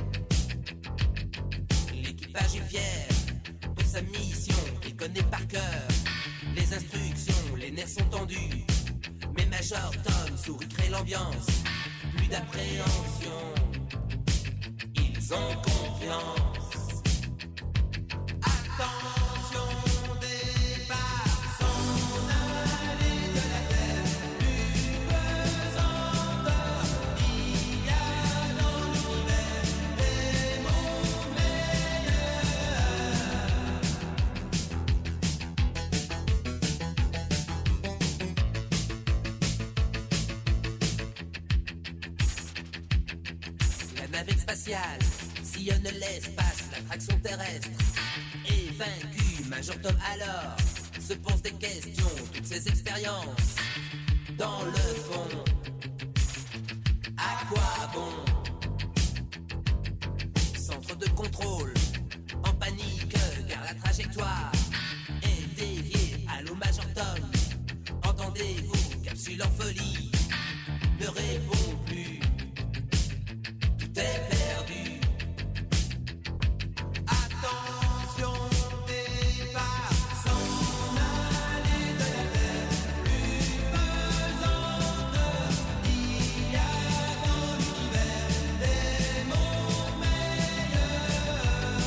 L'équipage est fier de sa mission. Il connaît par cœur les instructions. Les nerfs sont tendus. Mais Major Tom sourit, crée l'ambiance. plus d'appréhension. Ils ont confiance. Attention, départ, s'en aller de la terre plus pesante. Il y a dans l'univers des mondes meilleurs. La navette spatiale sillonne l'espace, l'attraction terrestre est vaincue. Major Tom alors se pose des questions. Toutes ces expériences dans le fond, à quoi bon? Centre de contrôle en panique car la trajectoire est déviée. Allô Major Tom, entendez-vous? Capsule en folie ne répond plus. Tout est perdu. Attention, départ, s'en aller de la terre plus pesante. Il y a dans l'univers des mondes meilleurs.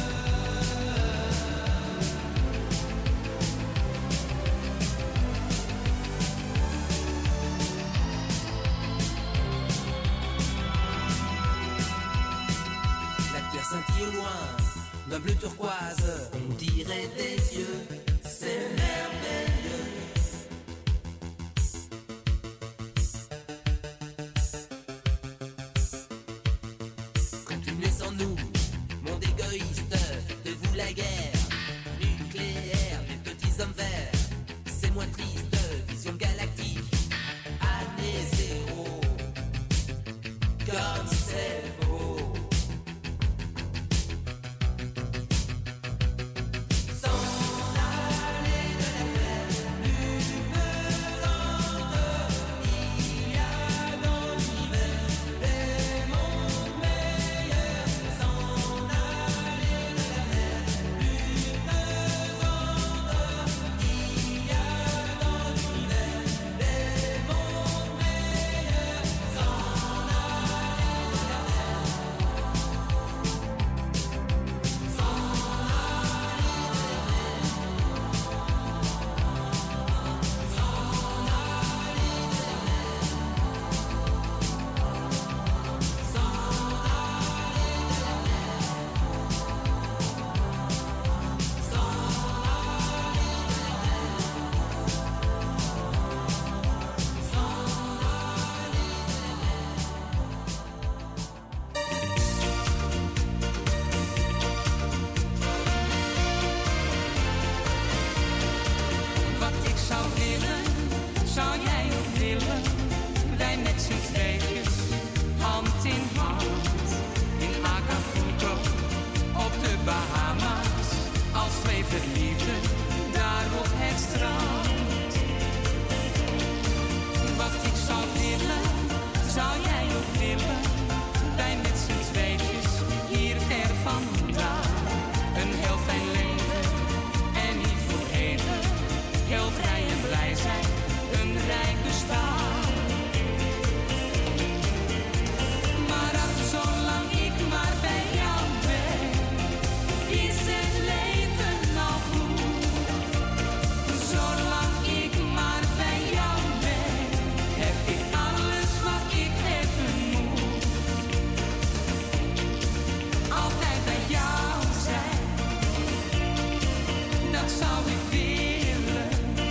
La pierre scintille au loin, d'un bleu turquoise, on dirait des yeux, c'est merveilleux. Continuez sans nous, monde égoïste, faites-vous la guerre nucléaire, les petits hommes verts, c'est moins triste, vision galactique, année zéro, comme c'est beau. Wat ik zou willen, zou jij ook willen. Wij met z'n tweetjes, hand in hand. In Acapulco, op de Bahama's. Als twee verliefden, daar op het strand. Wat ik zou willen, zou jij ook willen. Wij met z'n tweetjes, hier ver vandaan. Een heel fijn leven, en niet voor even. Heel vrij en blij zijn, een rijk bestaan. Maar ach, zolang ik maar bij jou ben, is het leven al goed. Zolang ik maar bij jou ben, heb ik alles wat ik hebben moet. Altijd bij jou zijn, dat zou ik willen.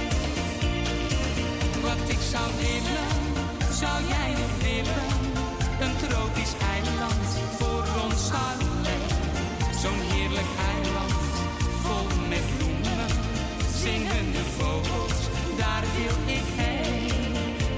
Wat ik zou willen, zou jij ook willen. Een tropisch eiland voor ons alleen. Zo'n heerlijk eiland, vol met bloemen. Zingende vogels, daar wil ik heen.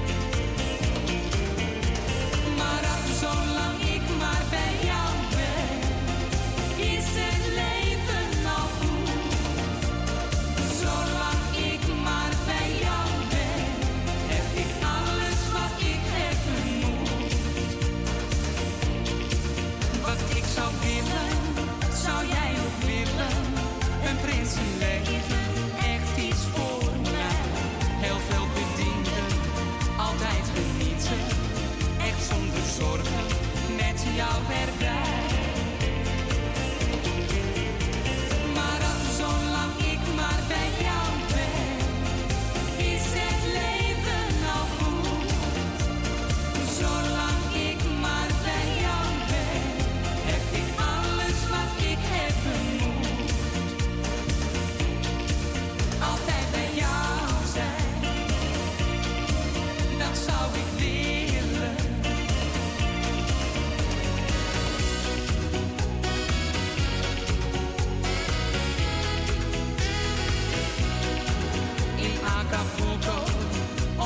Maar ach, zolang ik maar bij jou ben, is het leven al goed. Zolang ik maar bij jou ben, heb ik alles wat ik hebben moet. Wat ik zou willen, zou jij ook willen. Een prinsenleven, echt iets voor mij. Heel veel bedoeld.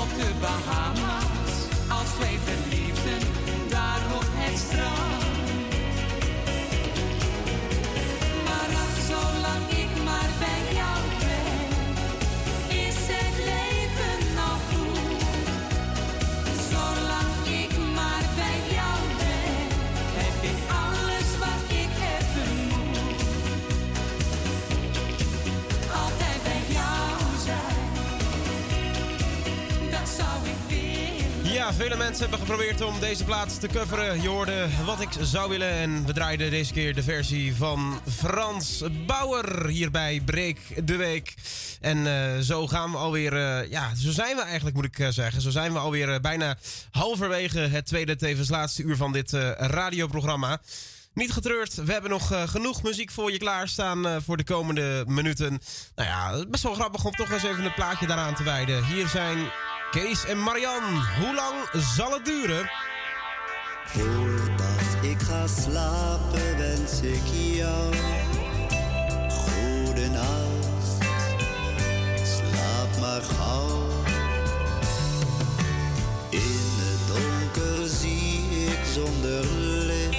op de Bahama's als twee verliefden daar op het strand. Maar ach, zolang ik maar bij jou ben, is het leven nog goed. Zolang ik maar bij jou ben, heb ik alles wat ik hebben moet. Altijd bij jou zijn, dat zou ik willen. Ja, vele mensen hebben geprobeerd om deze plaats te coveren. Je hoorde Wat ik zou willen en we draaiden deze keer de versie van Frans Bauer hier bij Break de Week. En uh, zo gaan we alweer, uh, ja, zo zijn we eigenlijk moet ik uh, zeggen. Zo zijn we alweer uh, bijna halverwege het tweede tevens laatste uur van dit uh, radioprogramma. Niet getreurd, we hebben nog uh, genoeg muziek voor je klaarstaan uh, voor de komende minuten. Nou ja, best wel grappig om toch eens even een plaatje daaraan te wijden. Hier zijn Kees en Marianne. Hoe lang zal het duren? Voordat ik ga slapen wens ik jou goedenacht. Slaap maar gauw. In het donker zie ik zonder licht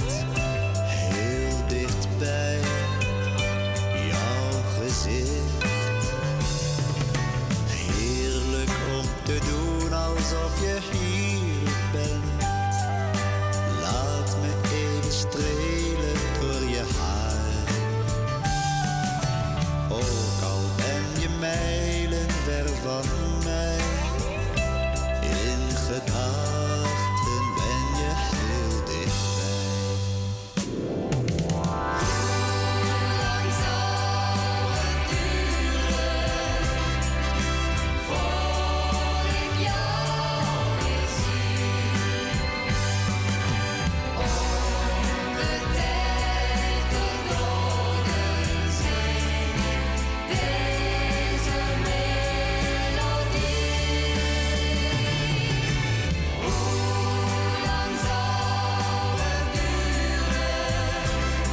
heel dichtbij jouw gezicht. Heerlijk om te doen alsof je hier bent. Laat me even strelen door je haar. Ook al ben je mijlen ver van mij, in gedachten ben je heel dichtbij. Lang zal het duren voor ik jou weer zie. Om de tijd te doden zing ik deze melodie. Hoe lang zal het duren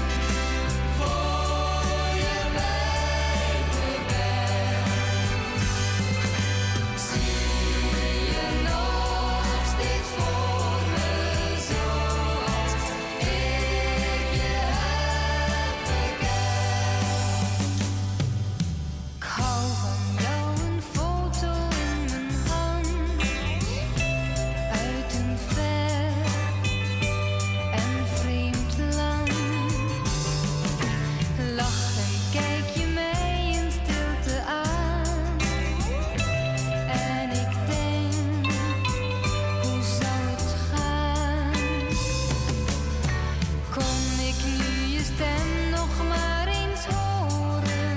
voor je bij me bent? Zie je nog steeds voor me zoals ik je heb gekend? Ik hou van jou, een foto in mijn hand, uit een ver en vreemd land. Lach en kijk je mij in stilte aan, en ik denk, hoe zou het gaan? Kon ik nu je stem nog maar eens horen?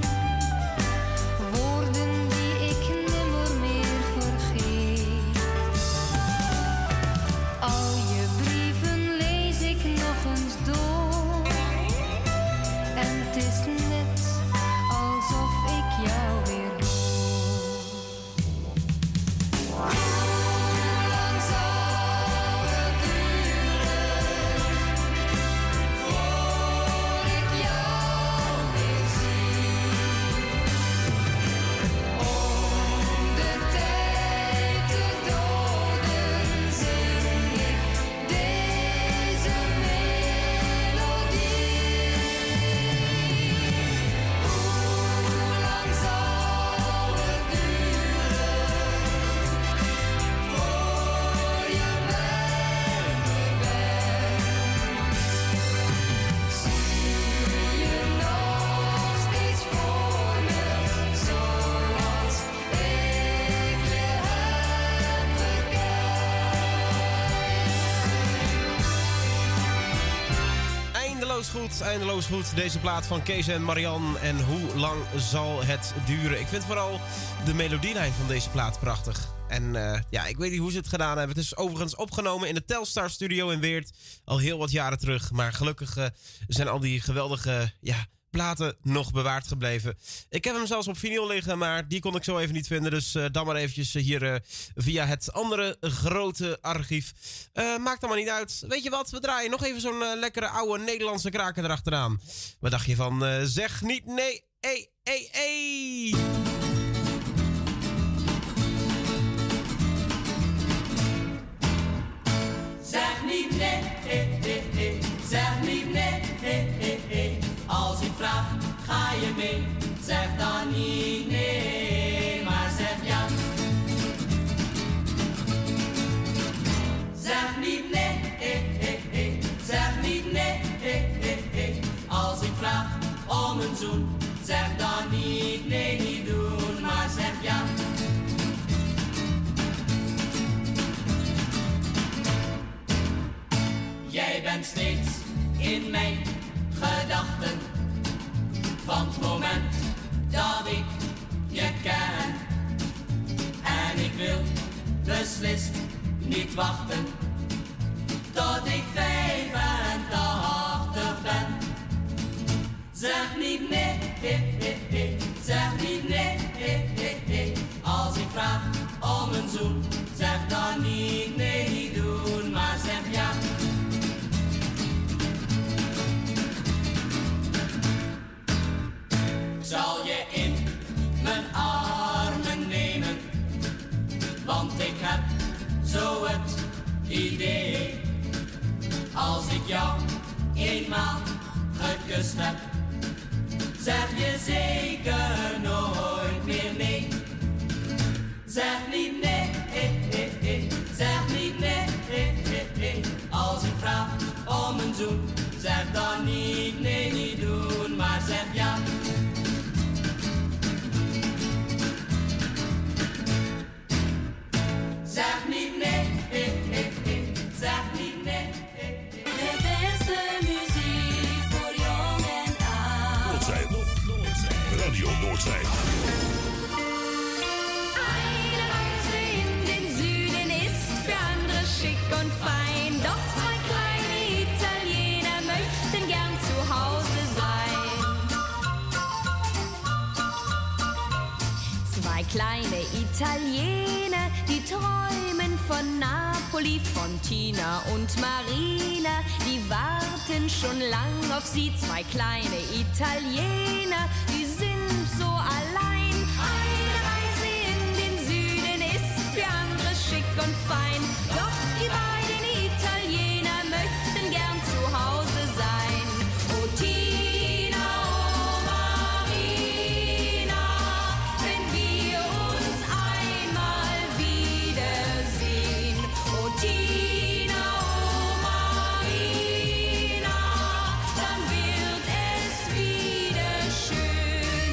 Woorden die ik nimmer meer vergeet. Al je brieven lees ik nog eens door, en het is net alsof ik jou weer hoor. Hoe lang zal het duren voor ik jou weer zie? Om de tijd te doden zing ik deze melodie. Hoe lang zal het duren voor je bij me bent? Zie je nog steeds voor me zoals ik je heb gekend? Eindeloos goed, eindeloos goed. Deze plaat van Kees en Marianne. En hoe lang zal het duren? Ik vind vooral de melodielijn van deze plaat prachtig. En uh, ja, ik weet niet hoe ze het gedaan hebben. Het is overigens opgenomen in de Telstar Studio in Weert. Al heel wat jaren terug. Maar gelukkig uh, zijn al die geweldige ja, platen nog bewaard gebleven. Ik heb hem zelfs op vinyl liggen, maar die kon ik zo even niet vinden. Dus uh, dan maar eventjes hier uh, via het andere grote archief. Uh, maakt allemaal niet uit. Weet je wat, we draaien nog even zo'n uh, lekkere oude Nederlandse kraker erachteraan. Wat dacht je van uh, zeg niet nee, ey, ey, ey. zoen. Zeg dan niet, nee niet doen, maar zeg ja. Jij bent steeds in mijn gedachten. Van het moment dat ik je ken. En ik wil beslist niet wachten tot ik vijfentachtig ben. Zeg niet nee, he, he, he. Zeg niet nee, he, he, he. Als ik vraag om een zoen, zeg dan niet nee, niet doen, maar zeg ja. Zal je in mijn armen nemen, want ik heb zo het idee. Als ik jou eenmaal gekust heb, zeg je zeker nooit meer nee. Zeg niet nee, eh, eh, eh. Zeg niet nee, eh, eh, eh. Als ik vraag om een zoen, zeg dan niet nee, niet doen, maar zeg ja. Zeg niet nee, eh, eh, eh. Zeg niet nee, eh, eh. De beste muziek voor jong en oud. Noordzij, Noord- Noordzij. Radio Noordzij. Eine Reise in den Süden ist für andere schick und fein. Doch zwei kleine Italiener möchten gern zu Hause sein. Zwei kleine Italiener, die träumen von Napoli, von Tina und Marina. Die warten schon lang auf sie, zwei kleine Italiener, die sind so allein. Eine Reise in den Süden ist für andere schick und fein. Doch die beiden Italiener möchten gern zu Hause sein. Oh Tina, oh Marina, wenn wir uns einmal wiedersehen. Oh Tina, oh Marina, dann wird es wieder schön.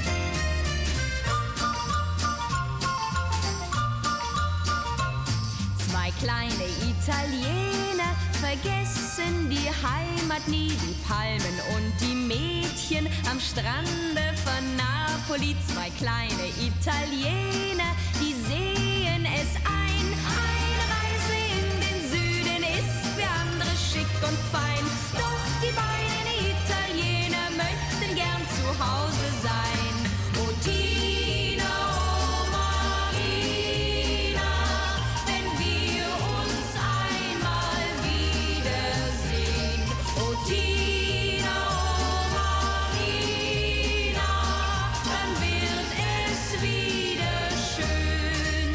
Zwei kleine Italiener vergessen die Heimat nie, die Palmen und die Mädchen am Strande von Napoli. Zwei kleine Italiener, die sehen es ein. Eine Reise in den Süden ist für andere schick und fein. Doch die beiden Italiener möchten gern zu Hause sein. Oh Tina, oh Marina, wenn wir uns einmal wiedersehen. Oh Tina, oh Marina, dann wird es wieder schön.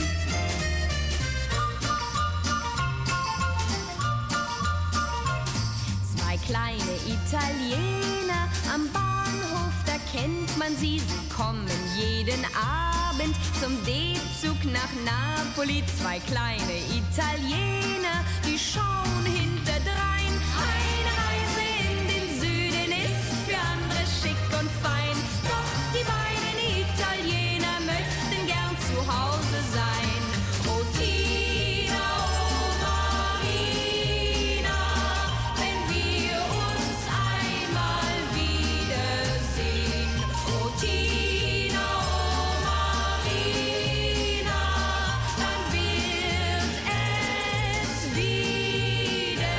Zwei kleine Italiener am Bahnhof, da kennt man sie. Sie kommen jeden Abend zum D-Zug nach Napoli. Zwei kleine Italiener, die schauen hinterdrein. Eine Reise in den Süden ist für andere schick und fein. Doch die beiden Italiener möchten gern zu Hause sein. Oh Tina, oh Marina, wenn wir uns einmal wiedersehen. Oh Tina, oh Marina, dann wird es wieder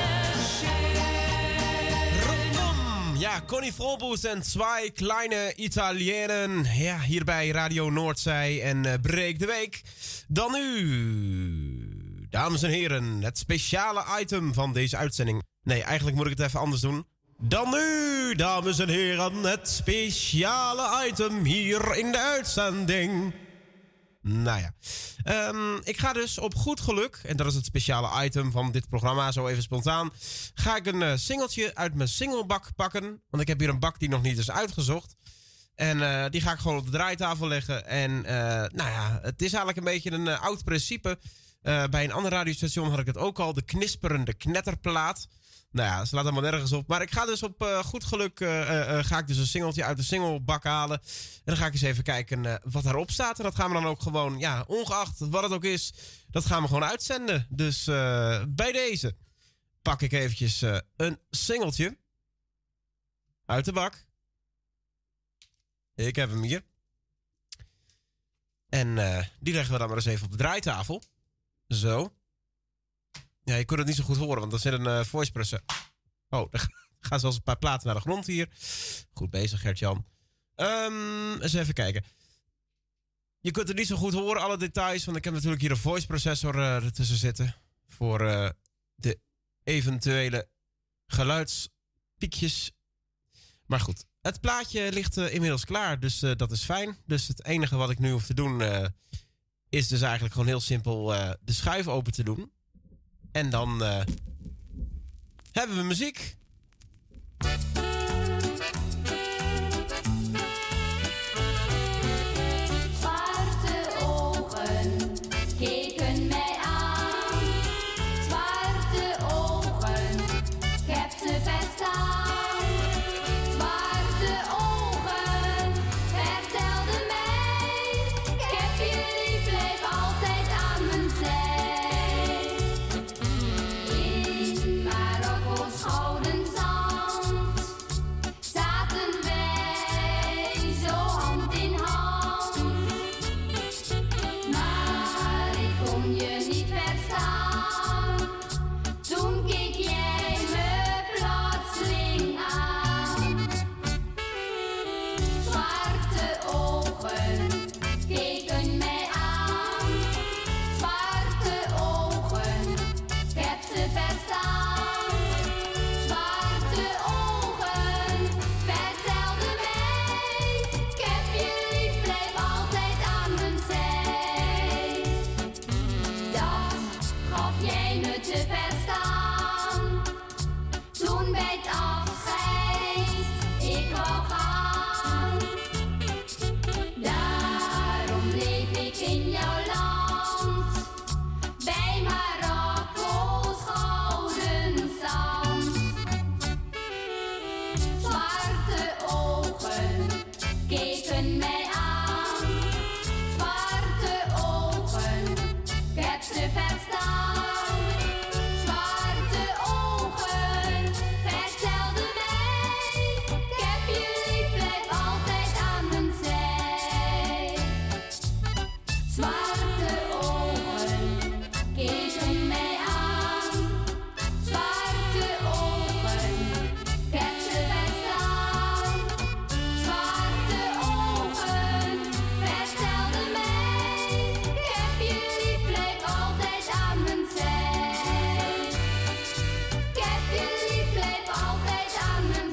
schön. Ja, Connie Volboes en Zwei Kleine Italiënen. Ja, hier bij Radio Noordzij en uh, Breek de Week. Dan nu, dames en heren, het speciale item van deze uitzending. Nee, eigenlijk moet ik het even anders doen. Dan nu, dames en heren, het speciale item hier in de uitzending. Nou ja, um, ik ga dus op goed geluk, en dat is het speciale item van dit programma, zo even spontaan, ga ik een uh, singeltje uit mijn singlebak pakken. Want ik heb hier een bak die nog niet is uitgezocht. En uh, die ga ik gewoon op de draaitafel leggen. En uh, nou ja, het is eigenlijk een beetje een uh, oud principe. Uh, bij een ander radiostation had ik het ook al, de knisperende knetterplaat. Nou ja, ze laat helemaal nergens op. Maar ik ga dus op uh, goed geluk uh, uh, ga ik dus een singeltje uit de singlebak halen. En dan ga ik eens even kijken uh, wat daarop staat. En dat gaan we dan ook gewoon, ja, ongeacht wat het ook is, dat gaan we gewoon uitzenden. Dus uh, bij deze pak ik eventjes uh, een singeltje uit de bak. Ik heb hem hier. En uh, die leggen we dan maar eens even op de draaitafel. Zo. Ja, je kunt het niet zo goed horen, want er zit een uh, voice pressen. Oh, er gaan zelfs een paar platen naar de grond hier. Goed bezig, Gert-Jan. Um, eens even kijken. Je kunt het niet zo goed horen, alle details, want ik heb natuurlijk hier een voice processor uh, ertussen zitten. Voor uh, de eventuele geluidspiekjes. Maar goed, het plaatje ligt uh, inmiddels klaar, dus uh, dat is fijn. Dus het enige wat ik nu hoef te doen uh, is dus eigenlijk gewoon heel simpel uh, de schuif open te doen. En dan uh, hebben we muziek. Zwarte ogen keken mij aan. Zwarte ogen, ik heb ze verstaan. Zwarte ogen vertelden mij, ik heb je lief, bleef altijd aan mijn zij. In Marokko's gouden zand zaten wij zo hand in hand. Maar ik kon je niet verstaan. Toen keek jij me plotseling aan. Zwarte ogen keken mij aan. Zwarte ogen, ik heb ze verstaan. Zwarte ogen vertelden mij, ik heb je lief, bleef altijd aan mijn zij. Dat gaf jij me te verstaan. Toen bij het afscheid ik wou gaan. Daarom bleef ik in jouw land, bij Marokko's gouden zand. Zwarte ogen keken mij aan. Zwarte ogen, ik heb ze verstaan. Zwarte ogen vertelden mij, ik heb je lief, blijf altijd aan mijn zij. Zwarte ogen keken mij aan. Zwarte ogen, ik heb ze verstaan. Zwarte ogen vertelden mij, ik heb je lief, blijf altijd aan mijn zij. Ik heb je lief, blijf altijd aan mijn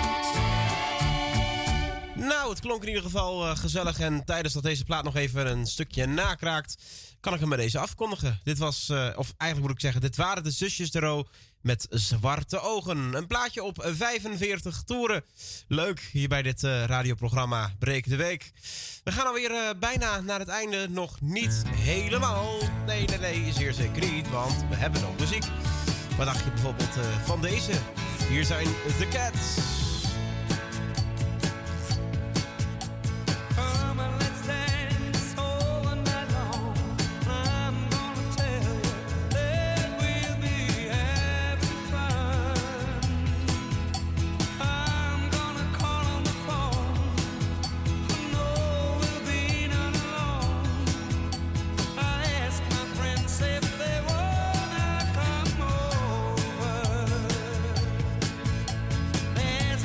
zij. Nou, het klonk in ieder geval uh, gezellig. En tijdens dat deze plaat nog even een stukje nakraakt, kan ik hem bij deze afkondigen. Dit was, uh, of eigenlijk moet ik zeggen, dit waren de Zusjes de Roo met Zwarte Ogen. Een plaatje op vijfenveertig toeren. Leuk, hier bij dit uh, radioprogramma Breek de Week. We gaan alweer uh, bijna naar het einde. Nog niet helemaal. Nee, nee, nee, zeer zeker niet, want we hebben nog muziek. Wat dacht je bijvoorbeeld uh, van deze? Hier zijn The Cats. Come and let's dance all the night long. I'm gonna tell you that we'll be having fun. I'm gonna call on the phone. No, we'll be not alone. I asked my friends if they wanna come over.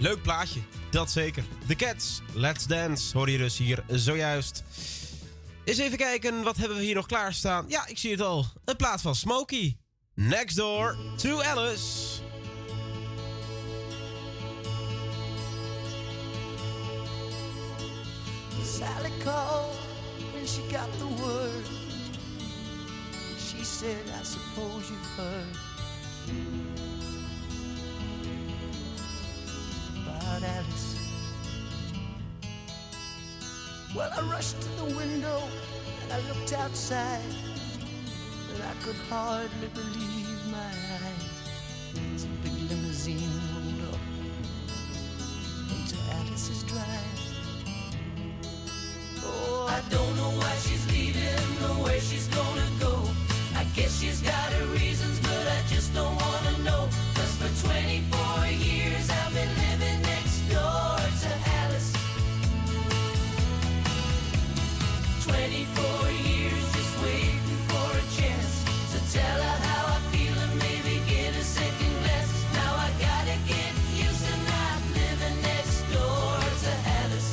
leuk plaatje. Dat zeker. The Cats, Let's Dance, hoor je dus hier zojuist. Eens even kijken, wat hebben we hier nog klaarstaan? Ja, ik zie het al. Een plaat van Smokey. Next Door to Alice. Sally called when she got the word. She said, I suppose you've heard about Alice. Well, I rushed to the window and I looked outside, and I could hardly believe my eyes. As a big limousine rolled up into Alice's drive. Oh, I don't know why she's leaving or where she's gonna go. I guess she's got her reasons, but I just don't wanna know. 'Cause for twenty-four years I've been living next door to Alice. twenty-four years just waiting for a chance to tell her how I feel and maybe get a second glance. Now I gotta get used to not living next door to Alice.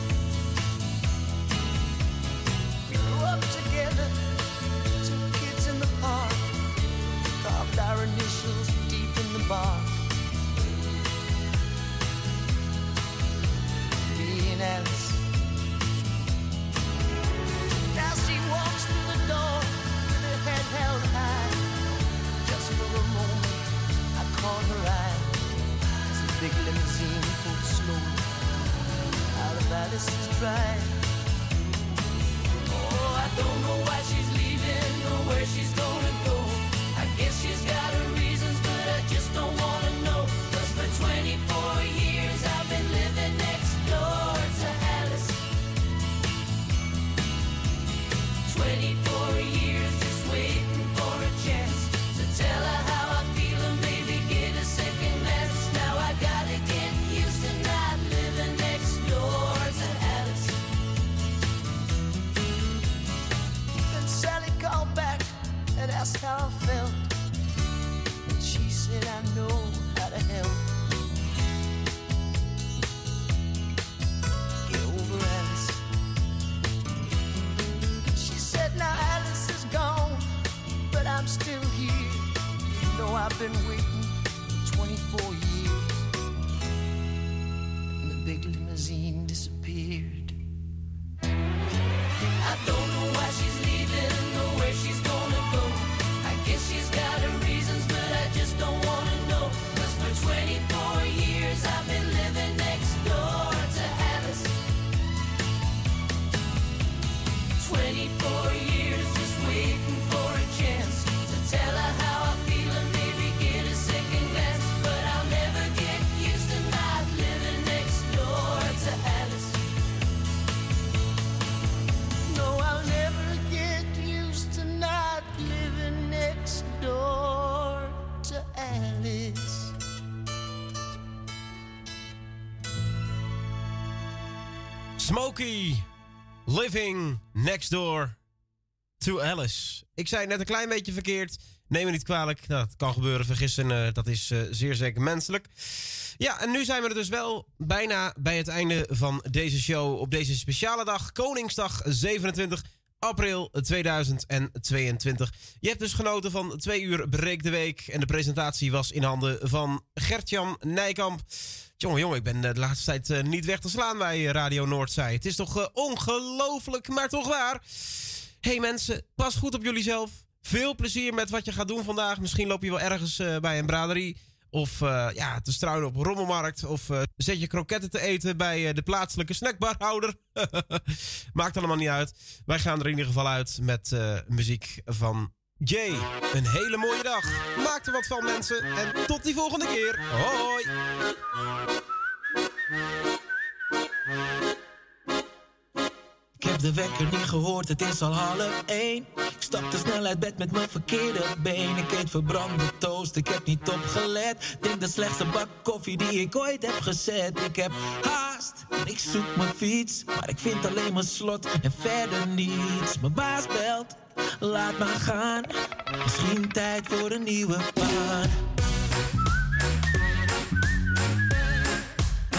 Grew up together, two kids in the park, carved our initials deep in the bark. Me and Alice. Now she walks through the door with her head held high. Just for a moment, I caught her eye as a big limousine pulled slowly out of Alice's drive. Oh, I don't know why she's leaving or where she's gonna go. I guess she's got her reasons, but I just don't wanna know. 'Cause for twenty-four years I've been living next door to Alice. twenty-four years just waiting for a chance to tell her how I feel and maybe get a second glance. Now I gotta get used to not living next door to Alice. Then Sally called back and asked how I felt, and she said, I know how to help. Get over Alice. She said, now Alice is gone, but I'm still here. You know I've been waiting for twenty-four years. And the big limousine disappeared. I don't know why she's leaving or where she's gonna go. I guess she's got her reasons, but I just don't wanna know. 'Cause for twenty-four years I've been living next door to Alice. twenty-four years just waiting for a chance to tell her how I feel and maybe get a second glance. But I'll never get used to not living next door to Alice. No, I'll never get used to not living next door to Alice. Smokey, Living Next Door to Alice. Ik zei net een klein beetje verkeerd. Neem me niet kwalijk. Nou, dat kan gebeuren, vergissen. Uh, dat is uh, zeer zeker menselijk. Ja, en nu zijn we er dus wel bijna bij het einde van deze show. Op deze speciale dag, Koningsdag zevenentwintig april tweeduizend tweeëntwintig. Je hebt dus genoten van twee uur Breek de Week. En de presentatie was in handen van Gert-Jan Nijkamp. Jongen, jongen, ik ben de laatste tijd uh, niet weg te slaan bij Radio Noordzij. Het is toch uh, ongelooflijk, maar toch waar. Hey mensen, pas goed op jullie zelf. Veel plezier met wat je gaat doen vandaag. Misschien loop je wel ergens uh, bij een braderie. Of uh, ja, te struinen op een rommelmarkt. Of uh, zet je kroketten te eten bij uh, de plaatselijke snackbarhouder. Maakt allemaal niet uit. Wij gaan er in ieder geval uit met uh, muziek van Jay. Een hele mooie dag. Maak er wat van, mensen. En tot die volgende keer. Hoi. Ik heb de wekker niet gehoord, het is al half één. Ik stap te snel uit bed met mijn verkeerde been. Ik eet verbrande toast, ik heb niet opgelet. Denk de slechtste bak koffie die ik ooit heb gezet. Ik heb haast en ik zoek mijn fiets, maar ik vind alleen mijn slot en verder niets. Mijn baas belt, laat maar gaan. Misschien tijd voor een nieuwe baan.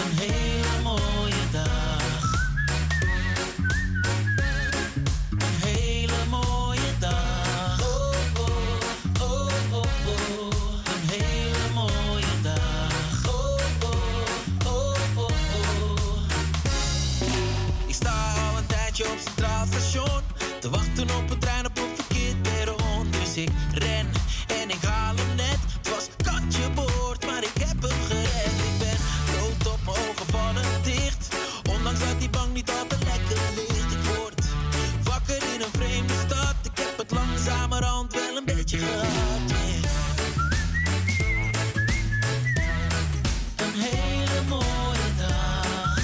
langzamerhand wel een beetje gehad, yeah. Een hele mooie dag.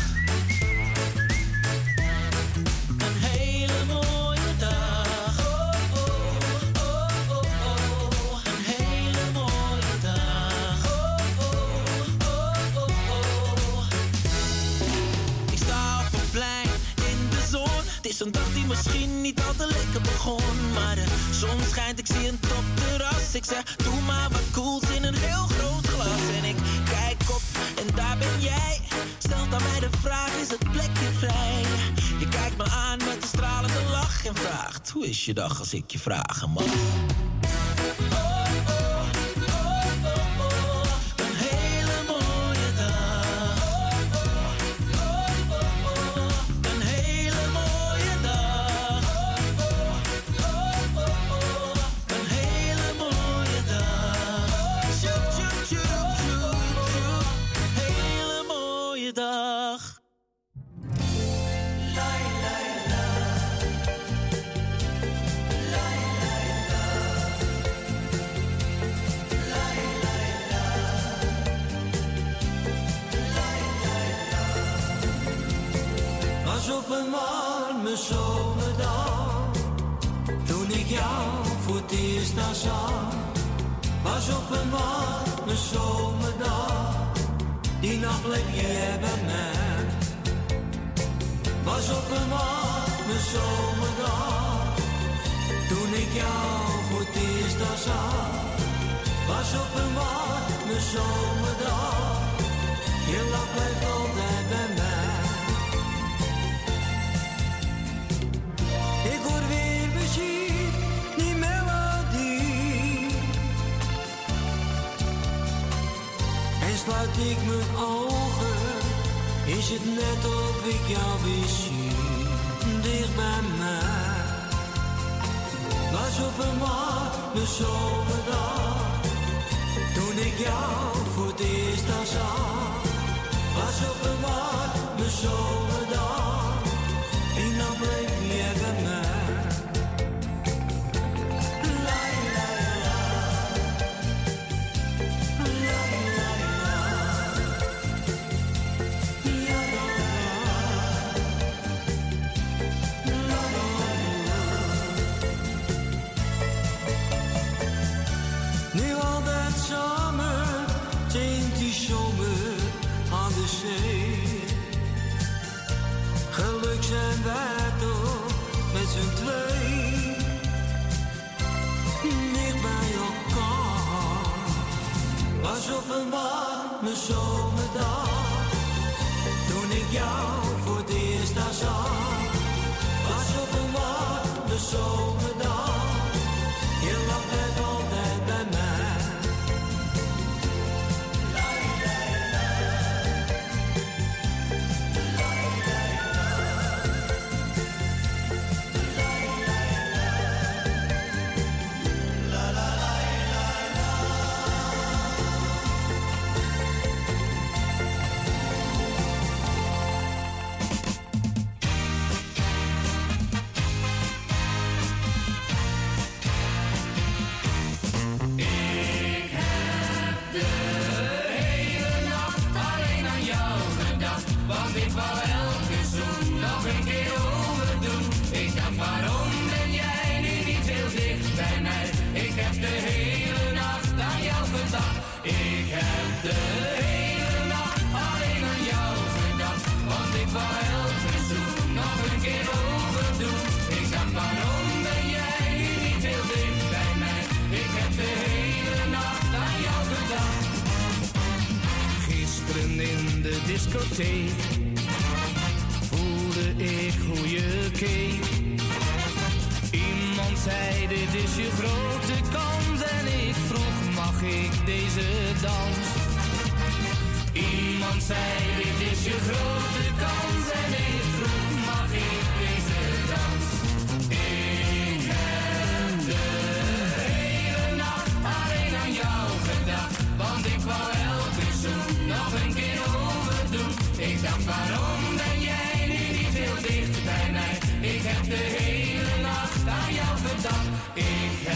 Een hele mooie dag. Oh, oh, oh, oh, oh. Een hele mooie dag. Oh, oh, oh, oh, oh. Ik sta op een plein in de zon. Het is een dag die misschien niet al te lekker begon, maar de zon schijnt, ik zie een topterras. Ik zeg, doe maar wat cools in een heel groot glas. En ik kijk op en daar ben jij. Stelt aan mij de vraag, is het plekje vrij? Je kijkt me aan met een stralende lach en vraagt, hoe is je dag als ik je vragen mag? Op een warme zomerdag, toen ik jou voor het eerst daar zag, was op een warme zomerdag, die nacht bleef jij bij mij. Was op een warme zomerdag, toen ik jou voor het eerst daar zag, was op een warme zomerdag, je lach blijft altijd bij mij. Ik hoor weer muziek, die melodie. En sluit ik mijn ogen, is het net of ik jou weer zie. Dicht bij mij. Was op een warme zomerdag, toen ik jou voor het eerst daar zag. Was op een warme zomerdag, die nacht bleef jij bij mij. Nu altijd samen, zingt die zomer aan de zee. Geluk zijn wij toch met z'n twee, dicht bij elkaar. Was op een warme zomerdag, toen ik jou voor het eerst daar zag. Was op een warme zomerdag, je lach blijft altijd bij mij. discotheek voelde ik hoe je keek. Iemand zei dit is je grote kans en ik vroeg mag ik deze dans. Iemand zei dit is je grote kans en ik vroeg mag ik deze dans. Ik heb de hele nacht alleen aan jou gedacht, want ik wou elke zoen nog een keer overdoen. Ik dacht waarom ben jij nu niet heel dicht bij mij? Ik heb de hele nacht aan jou gedacht. Ik heb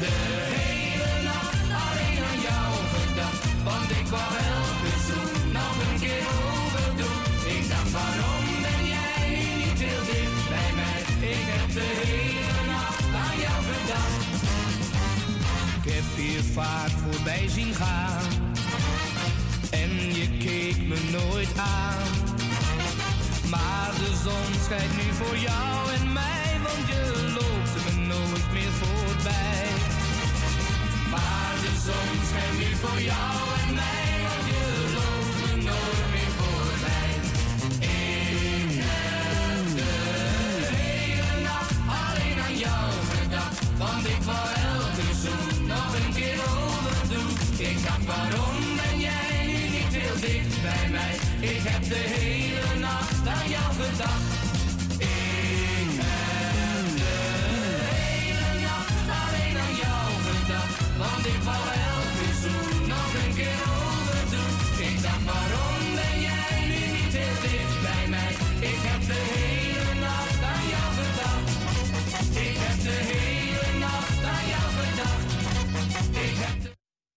de hele nacht alleen aan jou gedacht. Want ik wou elke zoen nog een keer overdoen. Ik dacht, waarom ben jij nu niet heel dicht bij mij? Ik heb de hele nacht aan jou gedacht. Ik heb je vaak voorbij zien gaan. En je keek me nooit aan. Maar de zon schijnt nu voor jou en mij, want je loopt me nooit meer voorbij. Maar de zon schijnt nu voor jou en mij, want je loopt me nooit meer voorbij. Ik heb de hele nacht alleen aan jou gedacht, want ik wou elke zoen nog een keer overdoen. Ik dacht, waarom ben jij nu niet heel dicht bij mij? Ik heb de hele nacht aan jou gedacht. Ik heb de hele nacht alleen aan jou gedacht. Want ik wou elke zoen nog een keer overdoen. Ik dacht, waarom ben jij nu niet heel dicht bij mij? Ik heb de hele nacht aan jou gedacht. Ik heb de hele nacht aan jou gedacht. Ik heb de...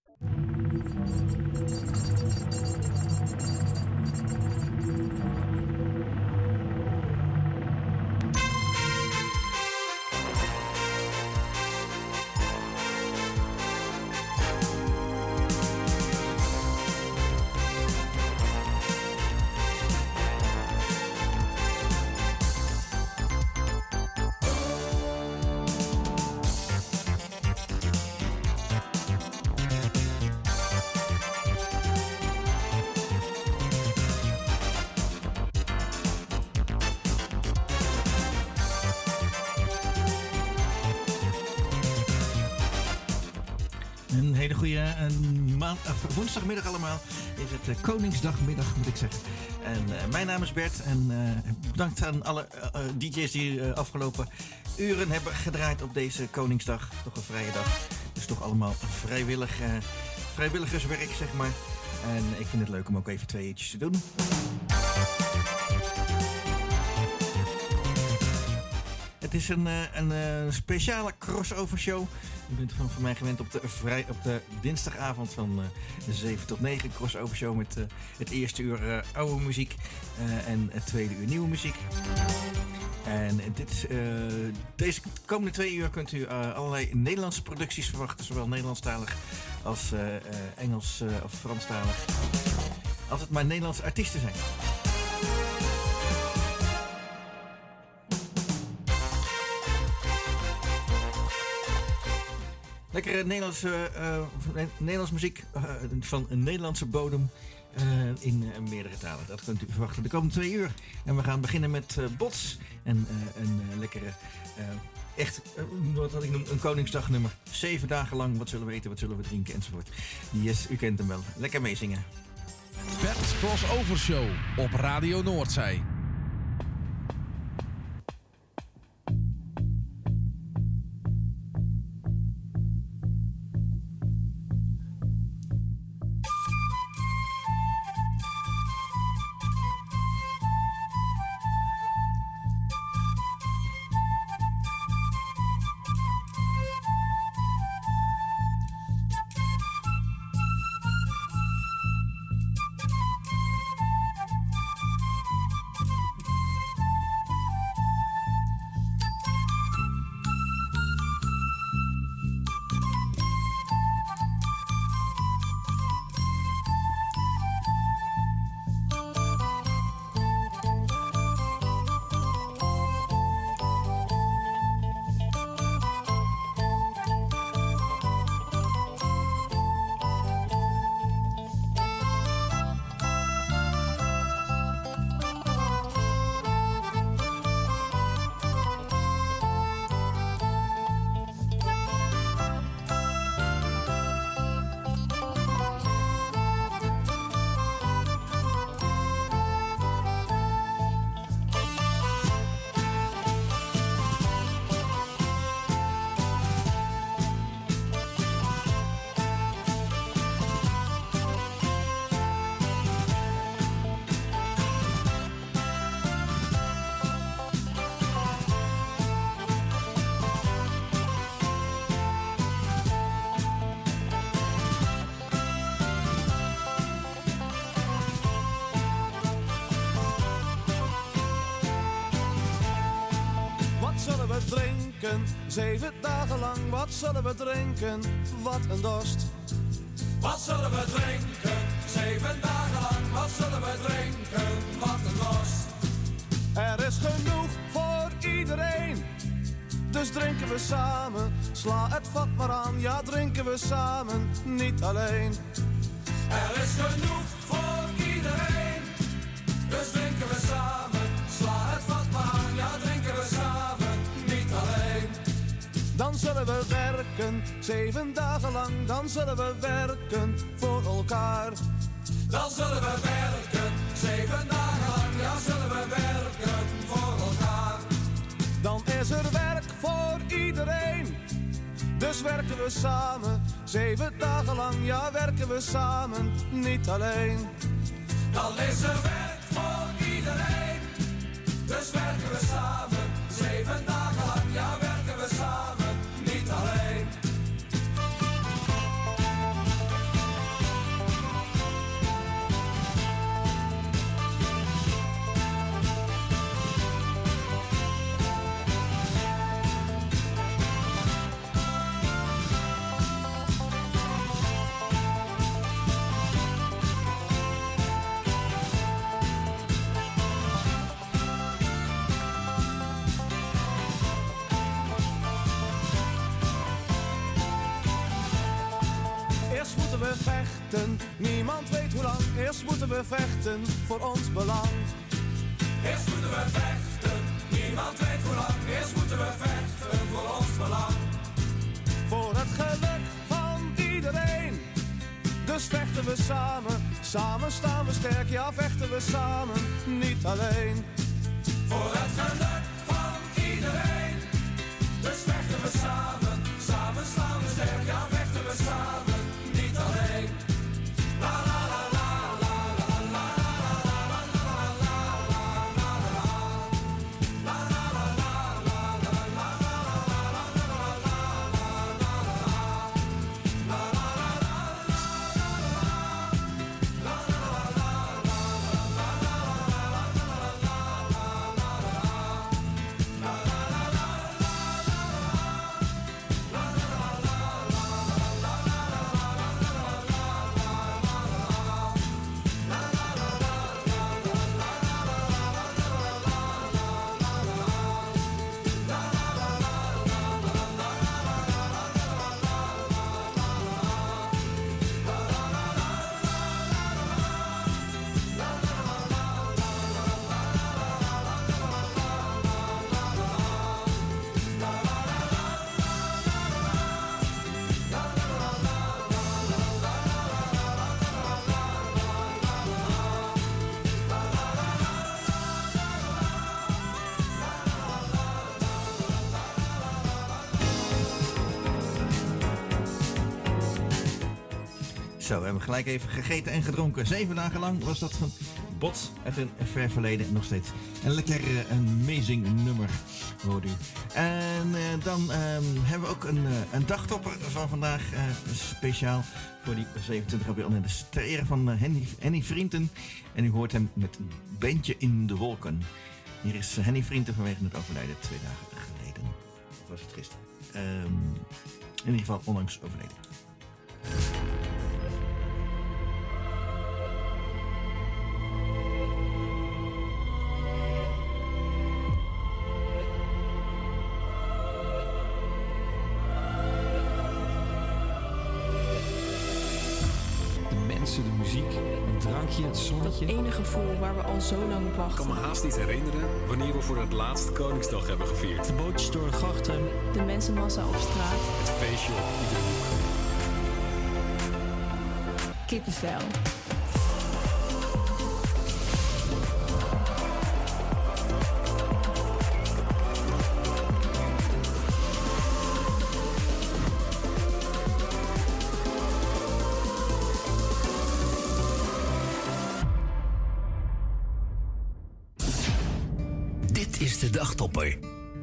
Een hele goede uh, maand, uh, woensdagmiddag allemaal. Is het uh, Koningsdagmiddag, moet ik zeggen. En uh, mijn naam is Bert. En uh, bedankt aan alle uh, uh, D J's die uh, afgelopen uren hebben gedraaid op deze Koningsdag. Toch een vrije dag. Dus toch allemaal vrijwillig, uh, vrijwilligerswerk, zeg maar. En ik vind het leuk om ook even twee uurtjes te doen. Het is een, een, een speciale crossover show. Je bent van, van mij gewend op de, vrij, op de dinsdagavond van uh, zeven tot negen. Crossover show met uh, het eerste uur uh, oude muziek uh, en het tweede uur nieuwe muziek. En dit, uh, deze komende twee uur kunt u uh, allerlei Nederlandse producties verwachten. Zowel Nederlandstalig als uh, uh, Engels uh, of Franstalig. Als het maar Nederlandse artiesten zijn. Lekkere Nederlandse, uh, Nederlandse muziek uh, van een Nederlandse bodem uh, in uh, meerdere talen. Dat kunt u verwachten de komende twee uur. En we gaan beginnen met uh, Bots. En uh, een uh, lekkere, uh, echt, uh, wat had ik noem, een Koningsdagnummer. Zeven dagen lang, wat zullen we eten, wat zullen we drinken enzovoort. Yes, u kent hem wel. Lekker meezingen. Bert's Crossover Show op Radio Noordzij. werken, zeven dagen lang. Wat zullen we drinken? Wat een dorst. Wat zullen we drinken? Zeven dagen lang. Wat zullen we drinken? Wat een dorst. Er is genoeg voor iedereen, dus drinken we samen. Sla het vat maar aan, ja drinken we samen, niet alleen. Er is genoeg voor iedereen, dus drinken we samen. Sla het vat maar aan, ja drinken we samen, niet alleen. Dan zullen we werken, zeven dagen lang. Dan zullen we werken voor elkaar. Dan zullen we werken, zeven dagen lang. Ja, zullen we werken voor elkaar. Dan is er werk voor iedereen, dus werken we samen. Zeven dagen lang, ja werken we samen, niet alleen. Dan is er werk voor iedereen, dus werken we samen. Zeven dagen lang, ja werken we samen, niet alleen. We vechten, niemand weet hoe lang. Eerst moeten we vechten voor ons belang. Eerst moeten we vechten, niemand weet hoe lang. Eerst moeten we vechten voor ons belang. Voor het geluk van iedereen, dus vechten we samen. Samen staan we sterk, ja vechten we samen, niet alleen. Voor het geluk van iedereen, dus vechten we samen. Samen staan we sterk, ja vechten we samen. Alleen. La la la la la la la la la la Zo, we hebben gelijk even gegeten en gedronken. Zeven dagen lang was dat van Bot uit een ver verleden. Nog steeds een lekker uh, amazing nummer, hoort u. En uh, dan uh, hebben we ook een, uh, een dagtopper van vandaag. Uh, speciaal voor die zevenentwintig april. En dus ter ere van uh, Henny, Henny Vrienden. En u hoort hem met een bandje in de wolken. Hier is uh, Henny Vrienden vanwege het overlijden twee dagen geleden. Of was het gisteren? Um, in ieder geval onlangs overleden. De muziek, een drankje, het zonnetje. Dat ene gevoel waar we al zo lang op wachten. Ik kan me haast niet herinneren wanneer we voor het laatst Koningsdag hebben gevierd. De bootjes door de grachten. De mensenmassa op straat. Het feestje op iedere hoek. Kippenvel. Is de dagtopper.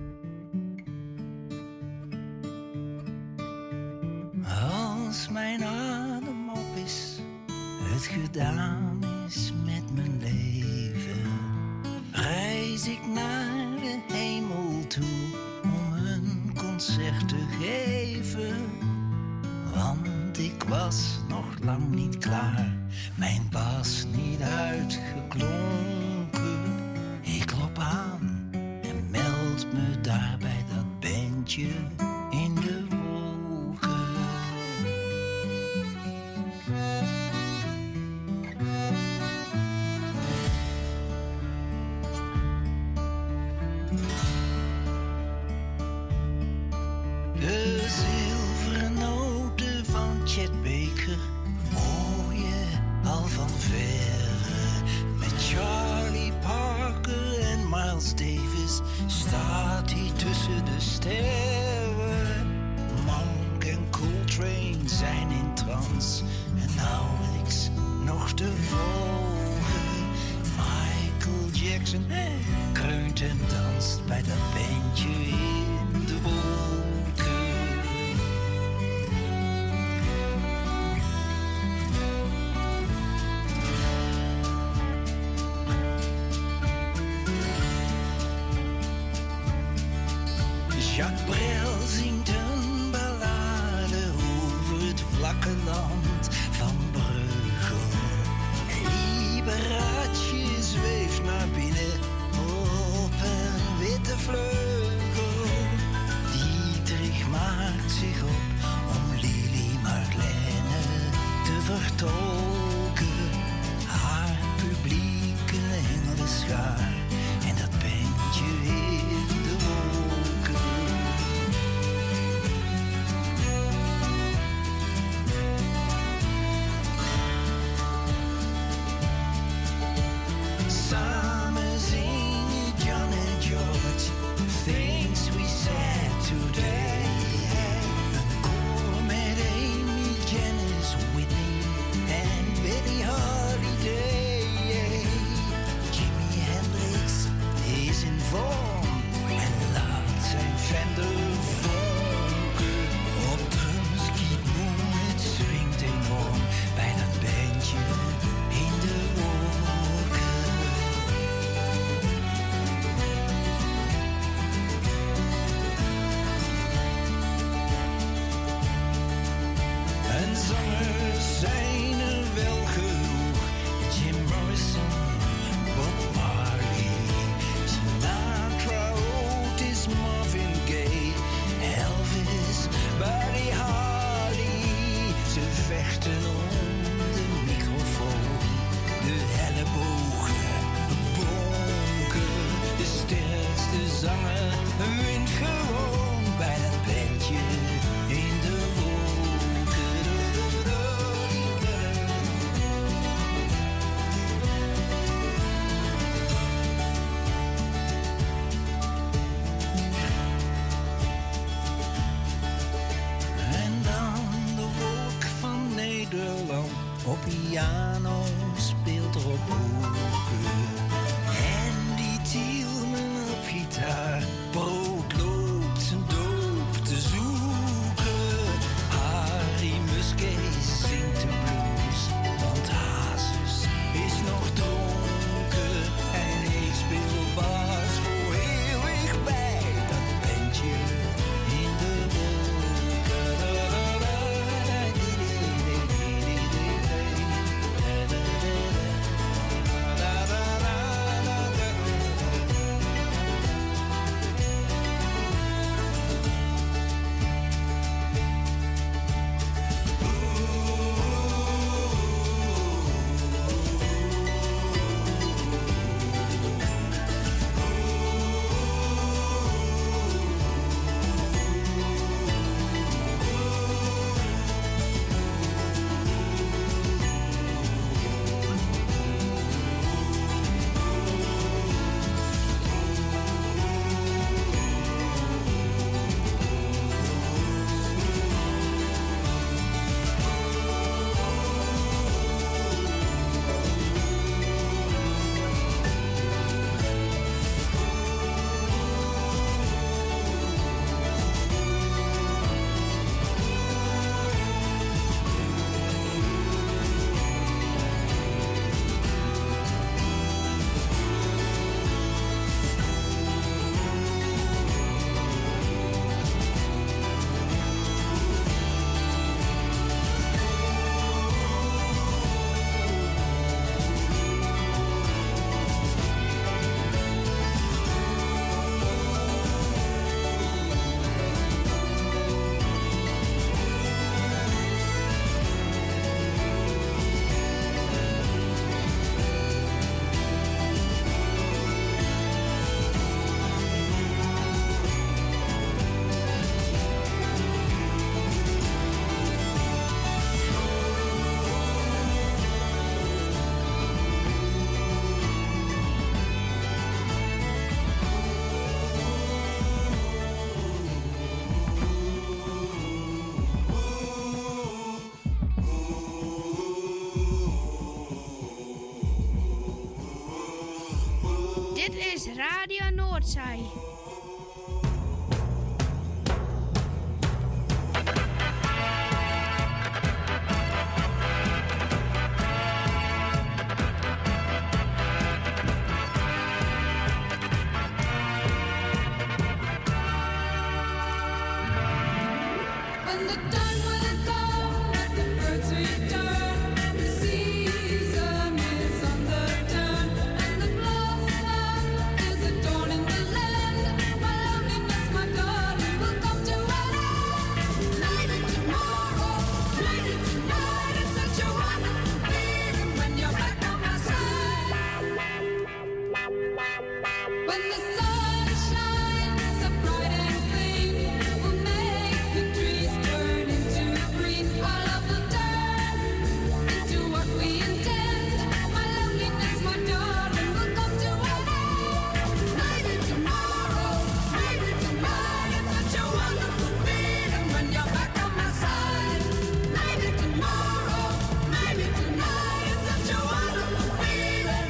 Als mijn adem op is, het gedaan is met mijn leven, reis ik naar de hemel toe om een concert te geven. Want ik was nog lang niet klaar, mijn bas niet uitgeklonken. Ik klop aan en meld me daar bij dat bandje in de wolken. De zilveren noten van Chet Baker hoor je al van verre. Met Charlie Parker en Miles Davis staat hij tussen de sterren. Monk en Coltrane zijn in trance en nauwelijks nog te volgen. Michael Jackson kreunt en danst bij dat bandje in de wolken. Jacques Brel zingt een ballade over het vlakke land van Breugel. Liberace zweeft naar binnen op een witte vleugel. Dietrich maakt zich op om Lili Marlene te vertolken. Haar publiek een engelenschaar en dat bandje in de wolken. Noordzij. When the time will come, let the birds return. The season is on the turn, and the blossom is adorning the land. My loneliness, my darling, will come to an end. Maybe tomorrow, maybe tonight. It's such a wonderful feeling when you're back on my side. When the sun shines so bright and clean, will make the trees turn into green. Our love will turn into what we intend. My loneliness, my darling, will come to an end. Maybe tomorrow, maybe tonight. It's such a wonderful feeling when you're back on my side. Maybe tomorrow, maybe tonight. It's such a wonderful feeling.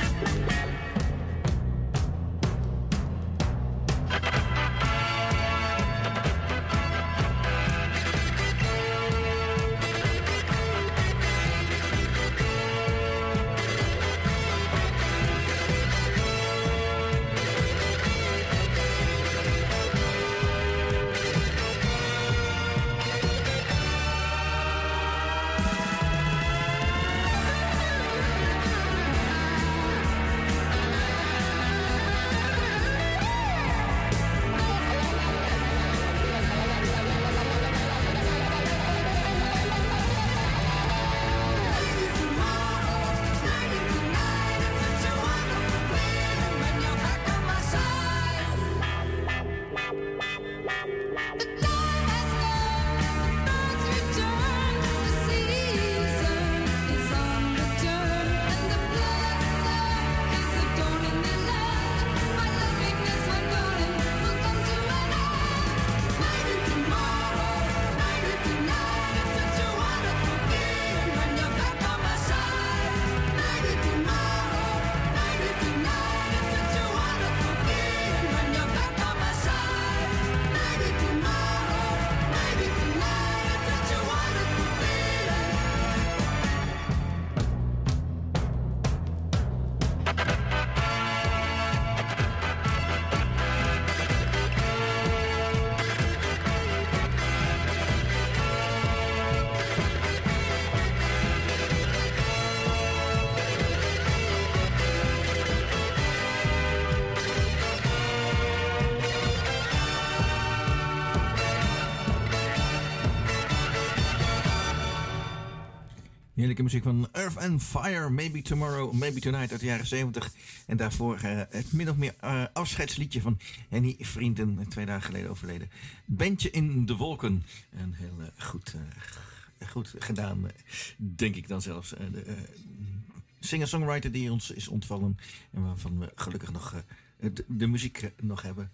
Heerlijke muziek van Earth and Fire, Maybe Tomorrow, Maybe Tonight uit de jaren zeventig. En daarvoor uh, het min of meer uh, afscheidsliedje van Henny Vrienden, twee dagen geleden overleden. Bandje in de Wolken. En heel uh, goed, uh, goed gedaan, uh, denk ik dan zelfs. Uh, de uh, singer-songwriter die ons is ontvallen en waarvan we gelukkig nog uh, de, de muziek uh, nog hebben.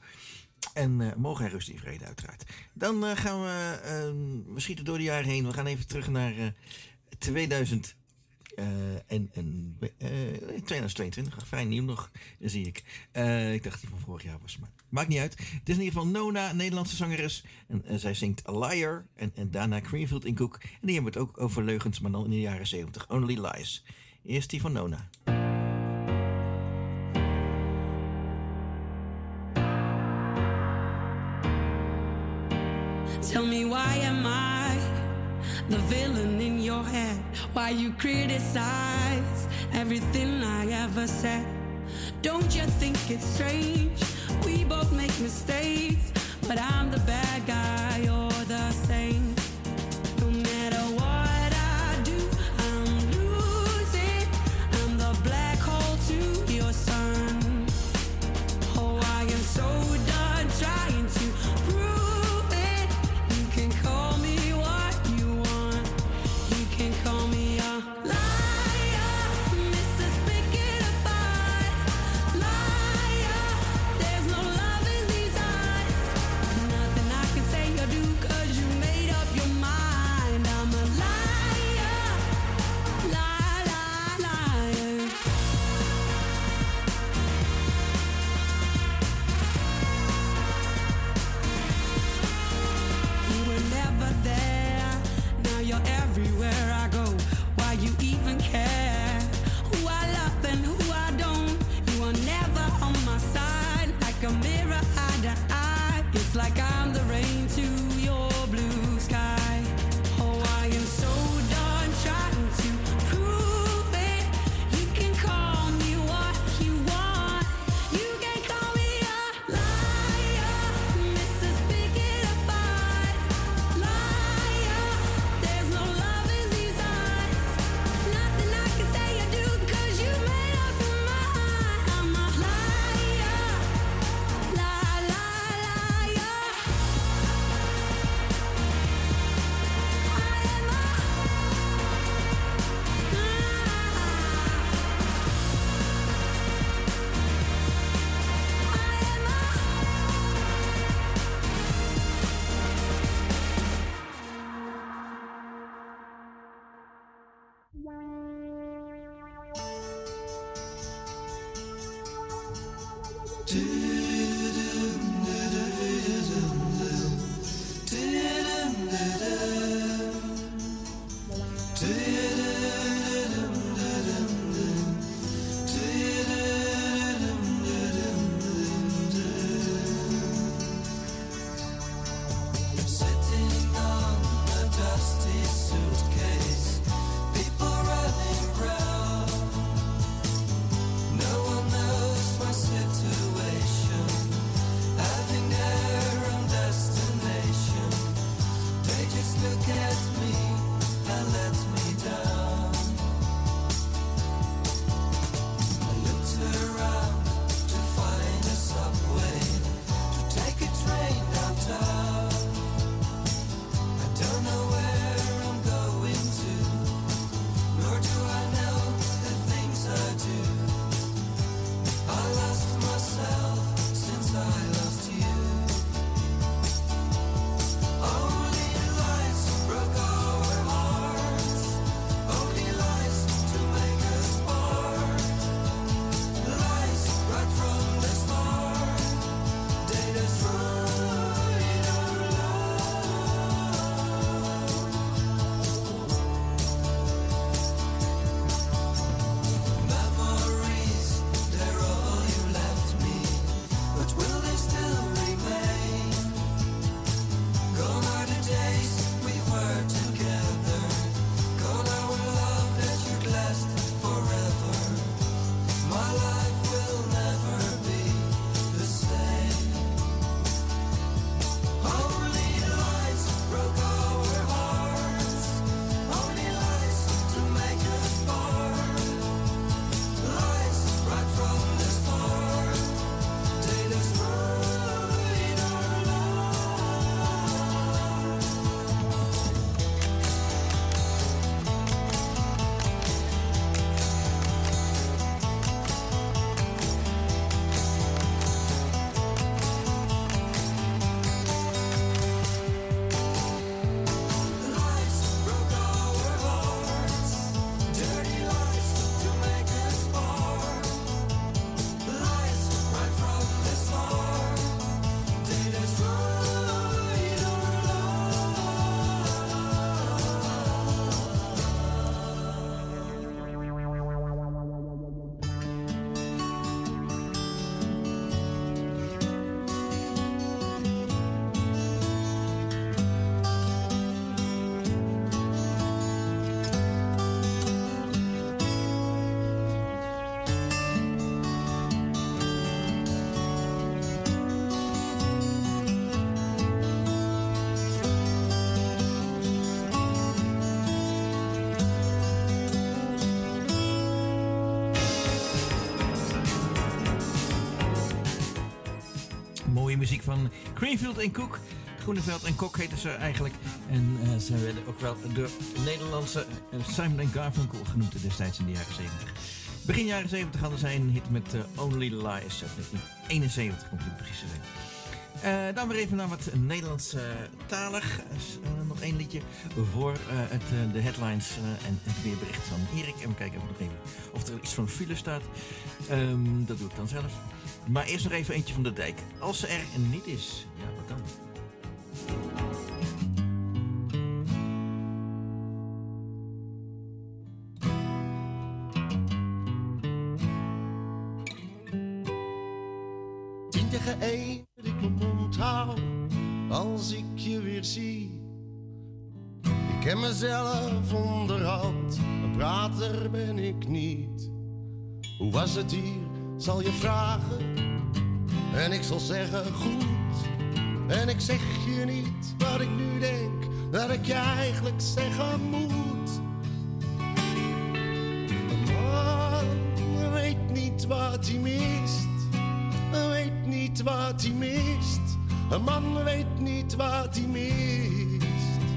En uh, mogen hij rust in vrede uiteraard. Dan uh, gaan we, uh, we schieten door de jaren heen. We gaan even terug naar uh, tweeduizend uh, en, en, uh, tweeduizend tweeëntwintig. Vrij nieuw nog, zie ik. Uh, ik dacht die van vorig jaar was, maar maakt niet uit. Het is in ieder geval Nona, Nederlandse zangeres. En uh, zij zingt A Liar. En, en daarna Greenfield in Cook. En die hebben het ook over leugens, maar dan in de jaren zeventig. Only Lies. Eerst die van Nona. Tell me, why am I the villain in your head? Why you criticize everything I ever said? Don't you think it's strange? We both make mistakes, but I'm the bad guy, you're the saint. No matter what I do, I'm losing. I'm the black hole to your sun. Oh, I am so done trying to prove it. You can call me what you want. You can call me a liar, Mister Spaghettified. Liar, there's no love in these eyes. Nothing I can say or do, 'cause you made up Sitting on a dusty suitcase, people running round. No one knows my situation, having their own destination. They just look at me and let me down. I looked around to find a subway, to take a train downtown. I don't know where I'm going to, nor do I know the things I do. I lost myself since I lost you. Only lies broke our hearts, only lies to make us part. Lies right from the start, they destroyed our memories, they're all you left me, but will they still remain? Gone are the days we were together, gone our love that should last forever. My life will never be the same. Only lies broke our hearts, only lies to make us part. Lies right from the start, they destroyed our lies broke our hearts, dirty lies to make us part. Lies right from the start, they destroyed our Mooie muziek van Greenfield en Cook. Groeneveld en Kok heten ze eigenlijk. En uh, ze werden ook wel de Nederlandse uh, Simon en Garfunkel genoemd destijds in de jaren zeventig. Begin jaren zeventig hadden zij een hit met uh, Only Lies uit negentien eenenzeventig, om het precies te zijn. Uh, dan weer even naar wat Nederlandstalig. Uh, nog één liedje voor uh, het, uh, de headlines uh, en het weerbericht van Erik. En we kijken even nog even of er iets van file staat. Um, dat doe ik dan zelf. Maar eerst nog even eentje van de dijk. Als ze er niet is, ja, wat dan? Tien tegen één dat ik mijn mond hou als ik je weer zie. Ik ken mezelf onderhand, een prater ben ik niet. Hoe was het hier, zal je vragen, en ik zal zeggen goed. En ik zeg je niet wat ik nu denk, dat ik je eigenlijk zeggen moet. Een man weet niet wat hij mist, weet niet wat hij mist. Een man weet niet wat hij mist.